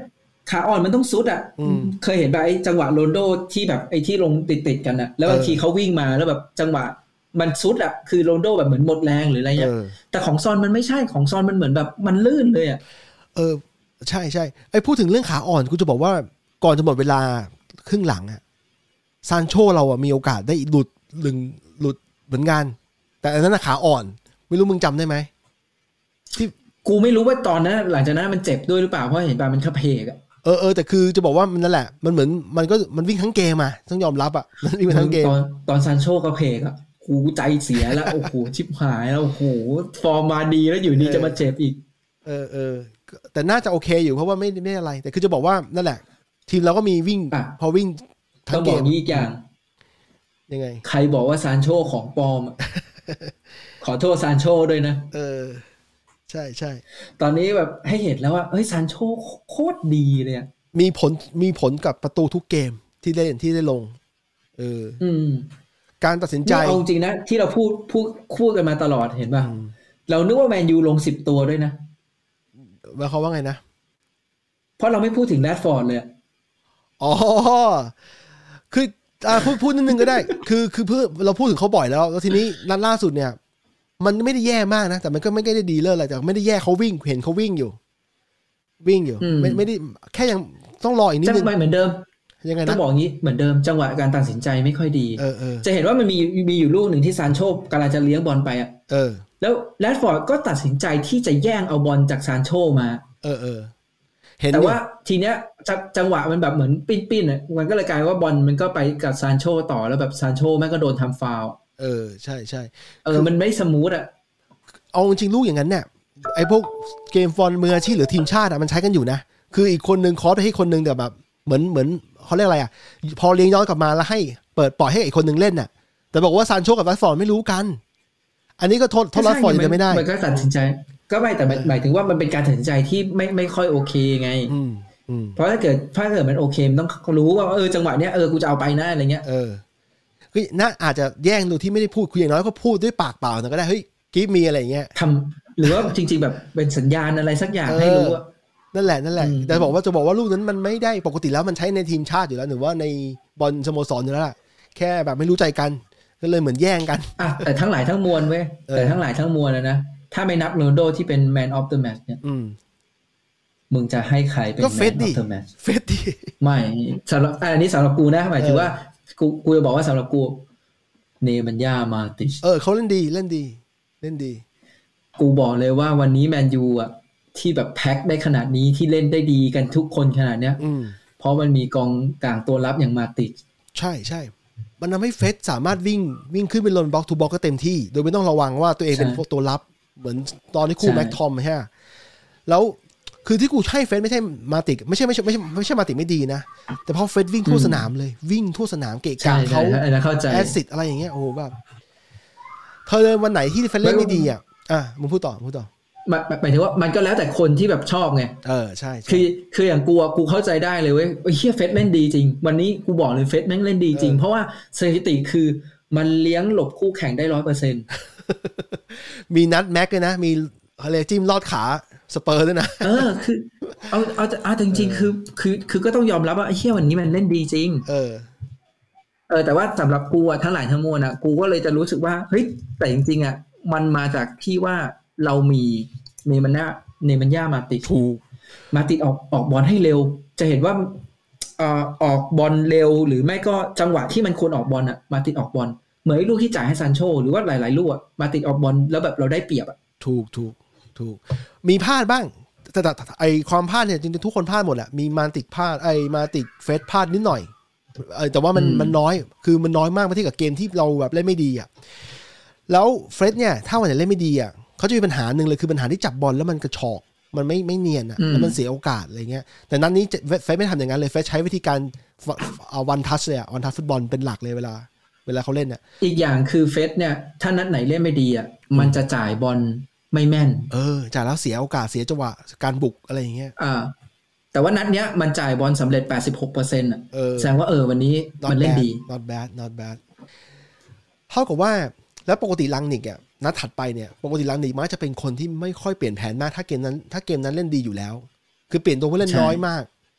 ขาอ่อนมันต้องซุดอ่ะเคยเห็นแบบไอ้จังหวะโรนโดที่แบบไอ้ที่ลงติดๆกันอ่ะแล้วบางทีเขาวิ่งมาแล้วแบบจังหวะมันซุดอ่ะคือโรนโดแบบเหมือนหมดแรงหรืออะไรเงี้ยแต่ของซอนมันไม่ใช่ของซอนมันเหมือนแบบมันลื่นเลยอ่ะเออใช่ใช่ไอ้พูดถึงเรื่องขาอ่อนกูจะบอกว่าก่อนจะหมดเวลาครึ่งหลังอ่ะซานโชเราอ่ะมีโอกาสได้หลุดหนึ่งหลุดเหมือนกันแต่อันนั้นขาอ่อนไม่รู้มึงจำได้ไหมที่กูไม่รู้ว่าตอนนั้นหลังจากนั้นมันเจ็บด้วยหรือเปล่าเพราะเห็นป่ะมันกระเพกอ่ะเออเออแต่คือจะบอกว่ามันนั่นแหละมันเหมือนมันก็มันวิ่งทั้งเกมอ่ะต้องยอมรับอ่ะมันวิ่งทั้งเกมตอนตอนซานโชกระเพกอ่ะกูใจเสียแล้วโอ้โหชิบหายแล้วโอ้โหฟอร์มมาดีแล้วอยู่นี่จะมาเจ็บอีกเออเออแต่น่าจะโอเคอยู่เพราะว่าไม่ไม่อะไรแต่คือจะบอกว่านั่นแหละทีมเราก็มีวิ่งพอวิ่งทั้งเกมต้องบอกนี้อีกอย่างยังไงใครบอกว่าซานโชของปลอม ขอโทษซานโชด้วยนะเออใช่ใช่ตอนนี้แบบให้เห็นแล้วว่าเฮ้ยซานโชโคตรดีเลยอ่ะมีผลมีผลกับประตูทุกเกมที่ได้ที่ได้ลงเอออืมการตัดสินใจเอาจริงนะที่เราพูดพูดพูดกันมาตลอดเห็นป่ะเรานึกว่าแมนยูลงสิบตัวด้วยนะว่าเขาว่าไงนะเพราะเราไม่พูดถึงแรดฟอร์ดเลยอ๋อคืออ่าพูดพูดนิดนึงก็ได้คือคือเพื่อเราพูดถึงเขาบ่อยแล้วแล้วทีนี้นัดล่าสุดเนี่ยมันไม่ได้แย่มากนะแต่มันก็ไม่ได้ดีเลิศอะไรแต่ไม่ได้แย่เขาวิ่งเห็นเขาวิ่งอยู่วิ่งอยู่ไม่ไม่ได้แค่ยังต้องรออีกนิดนึงจะเหมือนเดิมยังไงนะต้องบอกงี้เหมือนเดิมจังหวะการตัดสินใจไม่ค่อยดีจะเห็นว่ามันมีมีอยู่ลูกหนึ่งที่ซานโชกำลังจะเลี้ยงบอลไปอ่ะเออแล้วแรดฟอร์ดก็ตัดสินใจที่จะแย่งเอาบอลจากซานโชมาเออเออแต่ว่าทีเนี้ยจังหวะมันแบบเหมือนปิ้นๆอ่ะมันก็เลยกลายว่าบอลมันก็ไปกับซานโชต่อแล้วแบบซานโชแม่งก็โดนทำฟาวล์เออใช่ใช่เออมันไม่สมูทอ่ะเอาจริงๆลูกอย่างนั้นเนี่ยไอ้พวกเกมฟอนมืออาชีพหรือทีมชาติอ่ะมันใช้กันอยู่นะคืออีกคนนึงคอร์สไปให้คนนึงแต่แบบเหมือนเหมือนเขาเรียกอะไรอ่ะพอเลี้ยงย้อนกลับมาแล้วให้เปิดปล่อยให้อีกคนนึงเล่นน่ะแต่บอกว่าซานโชกับแรดฟอร์ดไม่รู้กันอันนี้ก็โทษโทษแรดฟอร์ดยังไม่ได้มันก็ตัดสินใจก็ไม่แต่หมายถึงว่ามันเป็นการตัดสินใจที่ไม่ไม่ค่อยโอเคไงเพราะถ้าเกิดถ้าเกิดมันโอเคมันต้องรู้ว่าเออจังหวะเนี้ยเออกูจะเอาไปนะอะไรเงี้ยเออคือน่าอาจจะแย่งโดยที่ไม่ได้พูดคุยอย่างน้อยก็พูดด้วยปากเปล่าแต่ก็ได้เฮ้ยกิ๊บมีอะไรเงี้ยทำหรือว่าจริงๆแบบเป็นสัญญาณอะไรสักอย่างให้รู้ว่านั่นแหละนั่นแหละแต่บอกว่าจะบอกว่าลูกนั้นมันไม่ได้ปกติแล้วมันใช้ในทีมชาติอยู่แล้วหรือว่าในบอลสโมสรอยู่แล้วล่ะแค่แบบไม่รู้ใจกันก็เลยเหมือนแย่งกันอ่ะแต่ทั้งหลายทั้งมวลเว้ยแต่ทั้งหลายทั้งมวลนะนะถ้าไม่นับโรนัลโดที่เป็น Man of the Match เนี่ยมึงจะให้ใครเป็น Man of the Match เฟดดี้ไม่สำหรับอันนี้สำหรับกูนะหมายถึงว่ากูกูจะบอกว่าสำหรับกูเนมันย่ามาติชเออเขาเล่นดีเล่นดีเล่นดีกูบอกเลยว่าวันนี้แมนยูอ่ะที่แบบแพ็คได้ขนาดนี้ที่เล่นได้ดีกันทุกคนขนาดเนี้ยเพราะมันมีกองกลางตัวรับอย่างมาติชใช่ใช่มันทำให้เฟสสามารถวิ่งวิ่งขึ้นเป็นลนบล็อกทูบล็อกก็เต็มที่โดยไม่ต้องระวังว่าตัวเองเป็นตัวรับเหมือนตอนที่คู่แม็กทอมใช่แล้วคือที่กูใช่เฟสไม่ใช่มาติกไม่ใช่ไม่ใช่ไม่ใช่ไม่ใช่มาติกไม่ดีนะแต่พอเฟสวิ่งทั่วสนามเลยวิ่งทั่วสนามเกะกะเขาแอสซิดอะไรอย่างเงี้ยโอ้โหแบบเธอเลยวันไหนที่เฟสเล่นไม่ดีอ่ะอ่ะมึงพูดต่อพูดต่อหมายถึงว่ามันก็แล้วแต่คนที่แบบชอบไงเออใช่คือคืออย่างกูกูเข้าใจได้เลยเว้ยเฮียเฟสเล่นดีจริงวันนี้กูบอกเลยเฟสแม่งเล่นดีจริงเพราะว่าสถิติคือมันเลี้ยงหลบคู่แข่งได้ร้อยเปอร์เซ็นต์มีนัดแม็กเลยนะมีอะไรจิ้มลอดขาสเปอร์ด้วยนะเออคือเอาเอาเอาจริงๆคือคือคือก็ต้องยอมรับว่าไอ้เฮียวันนี้มันเล่นดีจริงเออเออแต่ว่าสำหรับกูอะทั้งหลายทั้งมวลอะกูก็เลยจะรู้สึกว่าเฮ้ยแต่จริงๆอะมันมาจากที่ว่าเรามีเนมันน่าเนมันย่ามาติดถูกมาติดออกออกบอลให้เร็วจะเห็นว่าเอ่อออกบอลเร็วหรือไม่ก็จังหวะที่มันควรออกบอลอะมาติดออกบอลเหมือนลูกที่จ่ายให้ซานโชหรือว่าหลายๆลูกอะมาติดออกบอลแล้วแบบเราได้เปรียบอะถูกถูกถูกมีพลาดบ้างแต่ไอความพลาดเนี่ยจริงๆทุกคนพลาดหมดแหละมีมาติดพลาดไอมาติดเฟสพลาดนิดหน่อยเออแต่ว่ามันมันน้อยคือมันน้อยมากเมื่อเทียบกับเกมที่เราแบบเล่นไม่ดีอ่ะแล้วเฟสเนี่ยถ้าวันไหนเล่นไม่ดีอ่ะเขาจะมีปัญหาหนึ่งเลยคือปัญหาที่จับบอลแล้วมันกระชอกมันไม่ไม่เนียนอ่ะแล้วมันเสียโอกาสอะไรเงี้ยแต่นั้นนี้เฟสไม่ทำอย่างนั้นเลยเฟสใช้วิธีการเอาวันทัชเลยอ่ะวันทัชฟุตบอลเป็นหลักเลยเวลาเวลาเขาเล่นอ่ะอีกอย่างคือเฟสเนี่ยถ้านัดไหนเล่นไม่ดีอ่ะมันจะจ่ายบอลไม่แม่นเออจ่ายแล้วเสียโอกาสเสียจังหวะการบุกอะไรอย่างเงี้ยอ่าแต่ว่านัดเนี้ยมันจ่ายบอลสำเร็จ แปดสิบหกเปอร์เซ็นต์ อ่ะแสดงว่าเออวันนี้มันเล่นดี not bad not bad เท่ากับว่าแล้วปกติลังนิกอ่ะนัดถัดไปเนี่ยปกติลังนิกมักจะเป็นคนที่ไม่ค่อยเปลี่ยนแผนมากถ้าเกมนั้นถ้าเกมนั้นเล่นดีอยู่แล้วคือเปลี่ยนตัวผู้เล่นน้อยมาก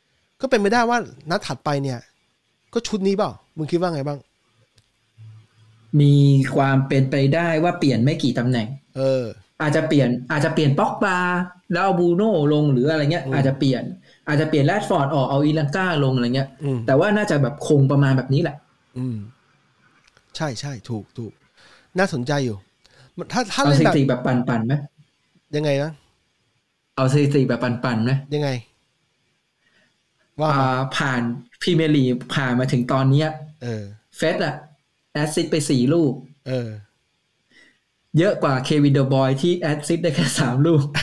ก็เป็นไม่ได้ว่านัดถัดไปเนี่ยก็ชุดนี้เปล่ามึงคิดว่าไงบ้างมีความเป็นไปได้ว่าเปลี่ยนไม่กี่ตำแหน่งเอออาจจะเปลี่ยนอาจจะเปลี่ยนป็อกบาแล้วเอาบูโน่ลงหรืออะไรเงี้ยอาจจะเปลี่ยนอาจจะเปลี่ยนแรดฟอร์ดออกเอาอีลังกาลงอะไรเงี้ยแต่ว่าน่าจะแบบคงประมาณแบบนี้แหละอืมใช่ใช่ถูกถูกน่าสนใจอยู่ถ้าถ้าเอาสถิติแบบปั่นๆไหมยังไงนะเอาสถิติแบบปั่นๆไหมยังไงว่าผ่านพรีเมียร์ลีกผ่านมาถึงตอนนี้เออเฟสอะแอสซิสต์ไปสี่ลูกเออเยอะกว่าเควินเดอะบอยที่แอสซิสต์ได้แค่สามลูก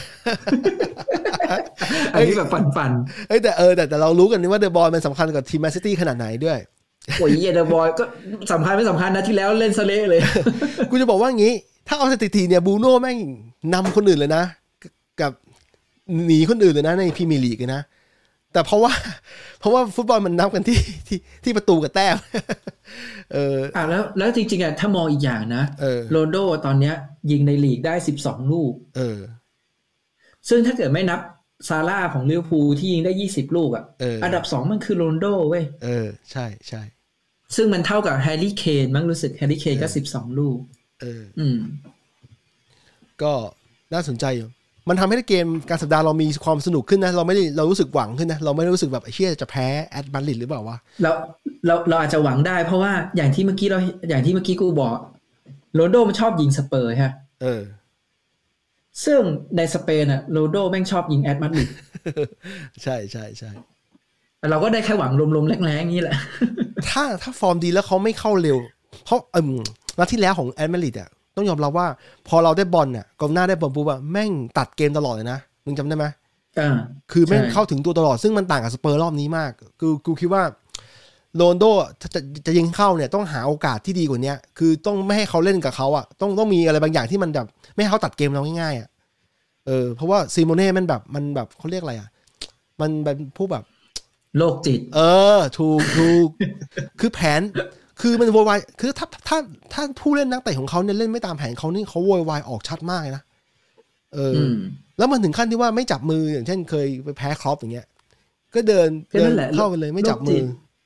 อันนี้แบบปั่นๆเอ้ยแต่เออแต่แต่เรารู้กันนี่ว่าเดอะบอยมันสำคัญกับทีมแมนซิตี้ขนาดไหนด้วยโอ้ยเดอะบอยก็สำคัญไม่สำคัญนะที่แล้วเล่นซะเละเลยกูจะบอกว่างี้ถ้าเอาสถิติเนี่ยบูโน่แม่งนำคนอื่นเลยนะกับหนีคนอื่นเลยนะในพรีเมียร์ลีกเลยนะแต่เพราะว่าเพราะว่าฟุตบอลมันนับกันที่ที่ที่ประตูกับแต้มเอออ่ะแล้วแล้วจริงๆอ่ะถ้ามองอีกอย่างนะโรนัลโดตอนเนี้ยยิงในลีกได้สิบสองลูกเออซึ่งถ้าเกิดไม่นับซาร่าของลิเวอร์พูลที่ยิงได้ยี่สิบลูกอ่ะอันดับสองมันคือโรนัลโดเว้ยเออใช่ๆซึ่งมันเท่ากับแฮร์รี่เคนมั้งรู้สึกแฮร์รี่เคนก็สิบสองลูกเอออืมก็น่าสนใจอยู่มันทำให้เกมการสัปดาห์เรามีความสนุกขึ้นนะเราไม่ได้เรารู้สึกหวังขึ้นนะเราไม่ได้รู้สึกแบบไอ้เหี้ยจะแพ้แอตมาดริดหรือเปล่าวะเราเราเราอาจจะหวังได้เพราะว่าอย่างที่เมื่อกี้เราอย่างที่เมื่อกี้กูบอกโรนัลโดมันชอบยิงสเปอร์ฮะเออซึ่งในสเปนอะโรนัลโดแม่งชอบยิงแอตมาดริดใช่ใช่ใช่แต่เราก็ได้แค่หวังลมๆแรงๆนี่แหละถ้าถ้าฟอร์มดีแล้วเขาไม่เข้าเร็วเพราะเออนัดที่แล้วของแอตมาดริดอะต้องยอมรับว่าพอเราได้บอลเนี่ยกองหน้าได้บอลปุ๊บอะแม่งตัดเกมตลอดเลยนะมึงจำได้ไหมอ่าคือแม่งเข้าถึงตัวตลอดซึ่งมันต่างกับสเปอร์รอบนี้มากคือกูคิดว่าโรนัลโดถ้าจะจะยิงเข้าเนี่ยต้องหาโอกาสที่ดีกว่านี้คือต้องไม่ให้เขาเล่นกับเขาอ่ะต้องต้องมีอะไรบางอย่างที่มันแบบไม่ให้เขาตัดเกมเราง่ายๆอ่ะเออเพราะว่าซิโมเน่มันแบบมันแบบเขาเรียกอะไรอ่ะมันเป็นผู้แบบโรคจิตเออถูกถูกคือแผนคือมันโวยวายคือถ้าถ้าถ้าผู้เล่นนักเตะของเขาเนี่ยเล่นไม่ตามแผนเขานี่เขาโวยวายออกชัดมากเลยนะเออแล้วมันถึงขั้นที่ว่าไม่จับมืออย่างเช่นเคยไปแพ้ครอปอย่างเงี้ยก็เดินเดินเข้าไปเลยไม่จับมือ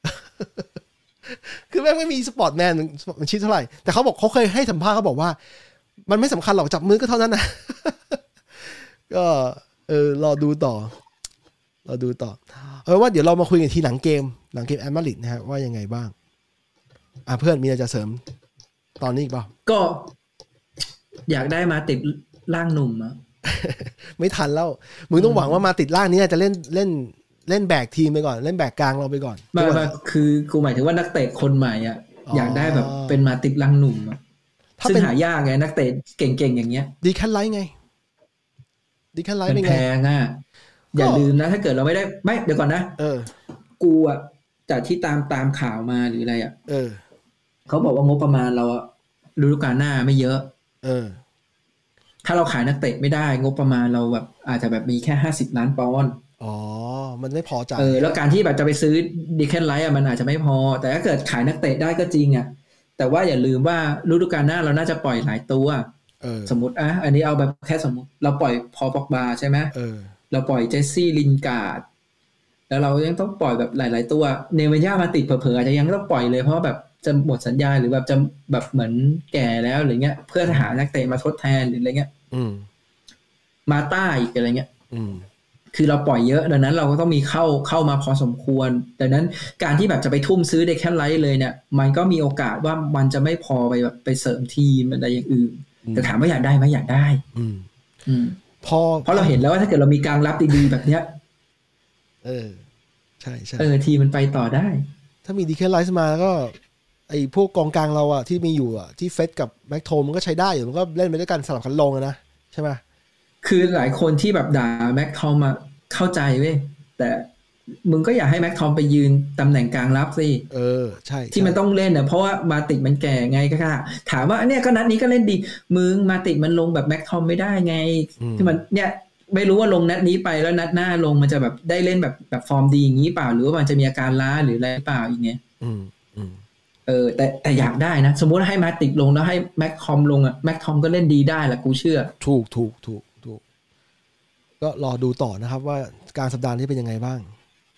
คือแม่งไม่มีสปอร์ตแมนมันชิดเท่าไหร่แต่เขาบอกเขาเคยให้สัมภาษณ์เขาบอกว่ามันไม่สำคัญหรอกจับมือก็เท่านั้นนะก็เออรอดูต่อรอดูต่อเออว่าเดี๋ยวเรามาคุยกันทีหลังเกมหลังเกมแอตมาดริดนะฮะว่ายังไงบ้างอ่ะเพื่อนมีอะไรจะเสริมตอนนี้อีกเปล่าก็อยากได้มาติดร่างหนุ่มอ่ะไม่ทันแล้วมึงต้องหวังว่ามาติดร่างนี้จะเล่นเล่นเล่นแบกทีมไปก่อนเล่นแบกกลางเราไปก่อนไม่ไม่คือกูหมายถึงว่านักเตะคนใหม่อ่ะอยากได้แบบเป็นมาติดร่างหนุ่มอ่ะซึ่งหายากไงนักเตะเก่งๆอย่างเงี้ยดีแค่ไลท์ไงดีแค่ไลท์เป็นไงแพงอ่ะอย่าลืมนะถ้าเกิดเราไม่ได้ไม่เดี๋ยวก่อนนะเออกูอ่ะจากที่ตามตามข่าวมาหรืออะไรอ่ะเออเขาบอกว่างบประมาณเราฤดูกาลหน้าไม่เยอะเออถ้าเราขายนักเตะไม่ได้งบประมาณเราแบบอาจจะแบบมีแค่ห้าสิบล้านปอนด์อ๋อมันไม่พอจ่ายเออแล้วการที่แบบจะไปซื้อดีแคนไลท์อ่ะมันอาจจะไม่พอแต่ถ้าเกิดขายนักเตะได้ก็จริงอ่ะแต่ว่าอย่าลืมว่าฤดูกาลหน้าเราน่าจะปล่อยหลายตัวสมมติอ่ะอันนี้เอาแบบแค่สมมติเราปล่อยพอปอกบาใช่ไหมเออเราปล่อยเจสซี่ลินการ์ดแล้วเรายังต้องปล่อยแบบหลายๆตัวเนเวย่ามาติดเผลอๆอาจจะยังต้องปล่อยเลยเพราะแบบจะหมดสัญญาหรือแบบจะแบบเหมือนแก่แล้วหรือเงี้ยเพื่อหานักเตะมาทดแทนหรืออะไรเงี้ยมาต้าอีกอะไรเงี้ยคือเราปล่อยเยอะดังนั้นเราก็ต้องมีเข้าเข้ามาพอสมควรดังนั้นการที่แบบจะไปทุ่มซื้อเดคแคนไลท์เลยเนี่ยมันก็มีโอกาสว่ามันจะไม่พอไปแบบไปเสริมทีมอะไรอย่างอื่นแต่ถามว่าอยากได้ไหมอยากได้พอเพราะเราเห็นแล้วว่าถ้าเกิดเรามีกลางรับดีๆแบบเนี้ยเออใช่ใช่เออทีมันไปต่อได้ถ้ามีดีแคนไลท์มาก็ไอ้พวกกองกลางเราอะที่มีอยู่อะที่เฟสกับแม็กโทมันก็ใช้ได้อยู่มันก็เล่นไปด้วยกันสลับกันลงนะใช่ไหมคือหลายคนที่แบบด่าแม็กทอมมาเข้าใจเว้ยแต่มึงก็อยากให้แม็กทอมไปยืนตำแหน่งกลางรับสิเออใช่ที่มันต้องเล่นเน่ะเพราะว่ามาติกมันแก่ไงก็ค่ะถามว่าเนี่ยก็นัดนี้ก็เล่นดีมึงมาติกมันลงแบบแม็กทอมไม่ได้ไงที่มันเนี่ยไม่รู้ว่าลงนัดนี้ไปแล้วนัดหน้าลงมันจะแบบได้เล่นแบบแบบฟอร์มดีอย่างนี้เปล่าหรือว่ามันจะมีอาการล้าหรืออะไรเปล่าอย่างเงี้ยอืมอืมเออแต่แต่อยากได้นะสมมติให้มาติกลงแล้วให้แม็กทอมลงอ่ะแม็กทอมก็เล่นดีได้แหละกูเชื่อถูกถูกถูกถูกก็รอดูต่อนะครับว่าการสัปดาห์นี้เป็นยังไงบ้าง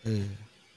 เออ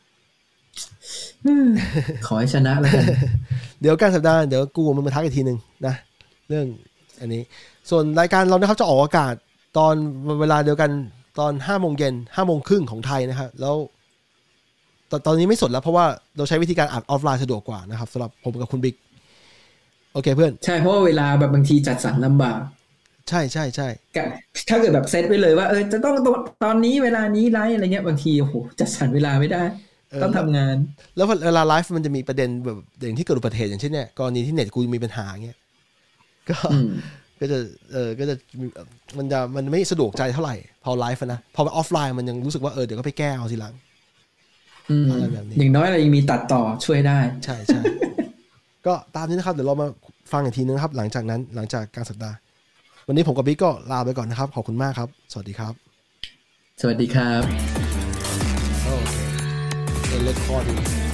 ขอให้ชนะแล้วกันเดี๋ยวกลางสัปดาห์เดี๋ยวกูมันมาทักอีกทีนึงนะเรื่องอันนี้ส่วนรายการเรานะครับจะออกอากาศตอนเวลาเดียวกันตอนห้าโมงเย็นห้าโมงครึ่งของไทยนะครับแล้วตอนตอนนี้ไม่สดแล้วเพราะว่าเราใช้วิธีการอัดออฟไลน์สะดวกกว่านะครับสำหรับผมกับคุณบิ๊กโอเคเพื่อนใช่เพราะว่าเวลาแบบบางทีจัดสรรลำบากใช่ใช่ใช่ถ้าเกิดแบบเซตไว้เลยว่าเออจะต้องตอนนี้เวลานี้ไลฟ์อะไรเงี้ยบางทีโอ้โหจัดสรรเวลาไม่ได้ต้องทำงานแล้วเวลาไลฟ์มันจะมีประเด็นแบบอย่างที่เกิดอุบัติเหตุอย่างเช่นเนี่ยกรณีที่เน็ตกูมีปัญหาเงี้ยก็ก็จะเออก็จะมันจะมันไม่สะดวกใจเท่าไหร่พอไลฟ์นะพอออฟไลน์มันยังรู้สึกว่าเออเดี๋ยวก็ไปแก้เอาทีหลังอะไรแบบนี้อย่างน้อยเรายังมีตัดต่อช่วยได้ใช่ใช่ก็ตามนี้นะครับเดี๋ยวเรามาฟังอีกทีนึงครับหลังจากนั้นหลังจากกลางสัปดาห์วันนี้ผมกับบิ๊กก็ลาไปก่อนนะครับขอบคุณมากครับสวัสดีครับสวัสดีครับโอเคเป็นเรคคอร์ด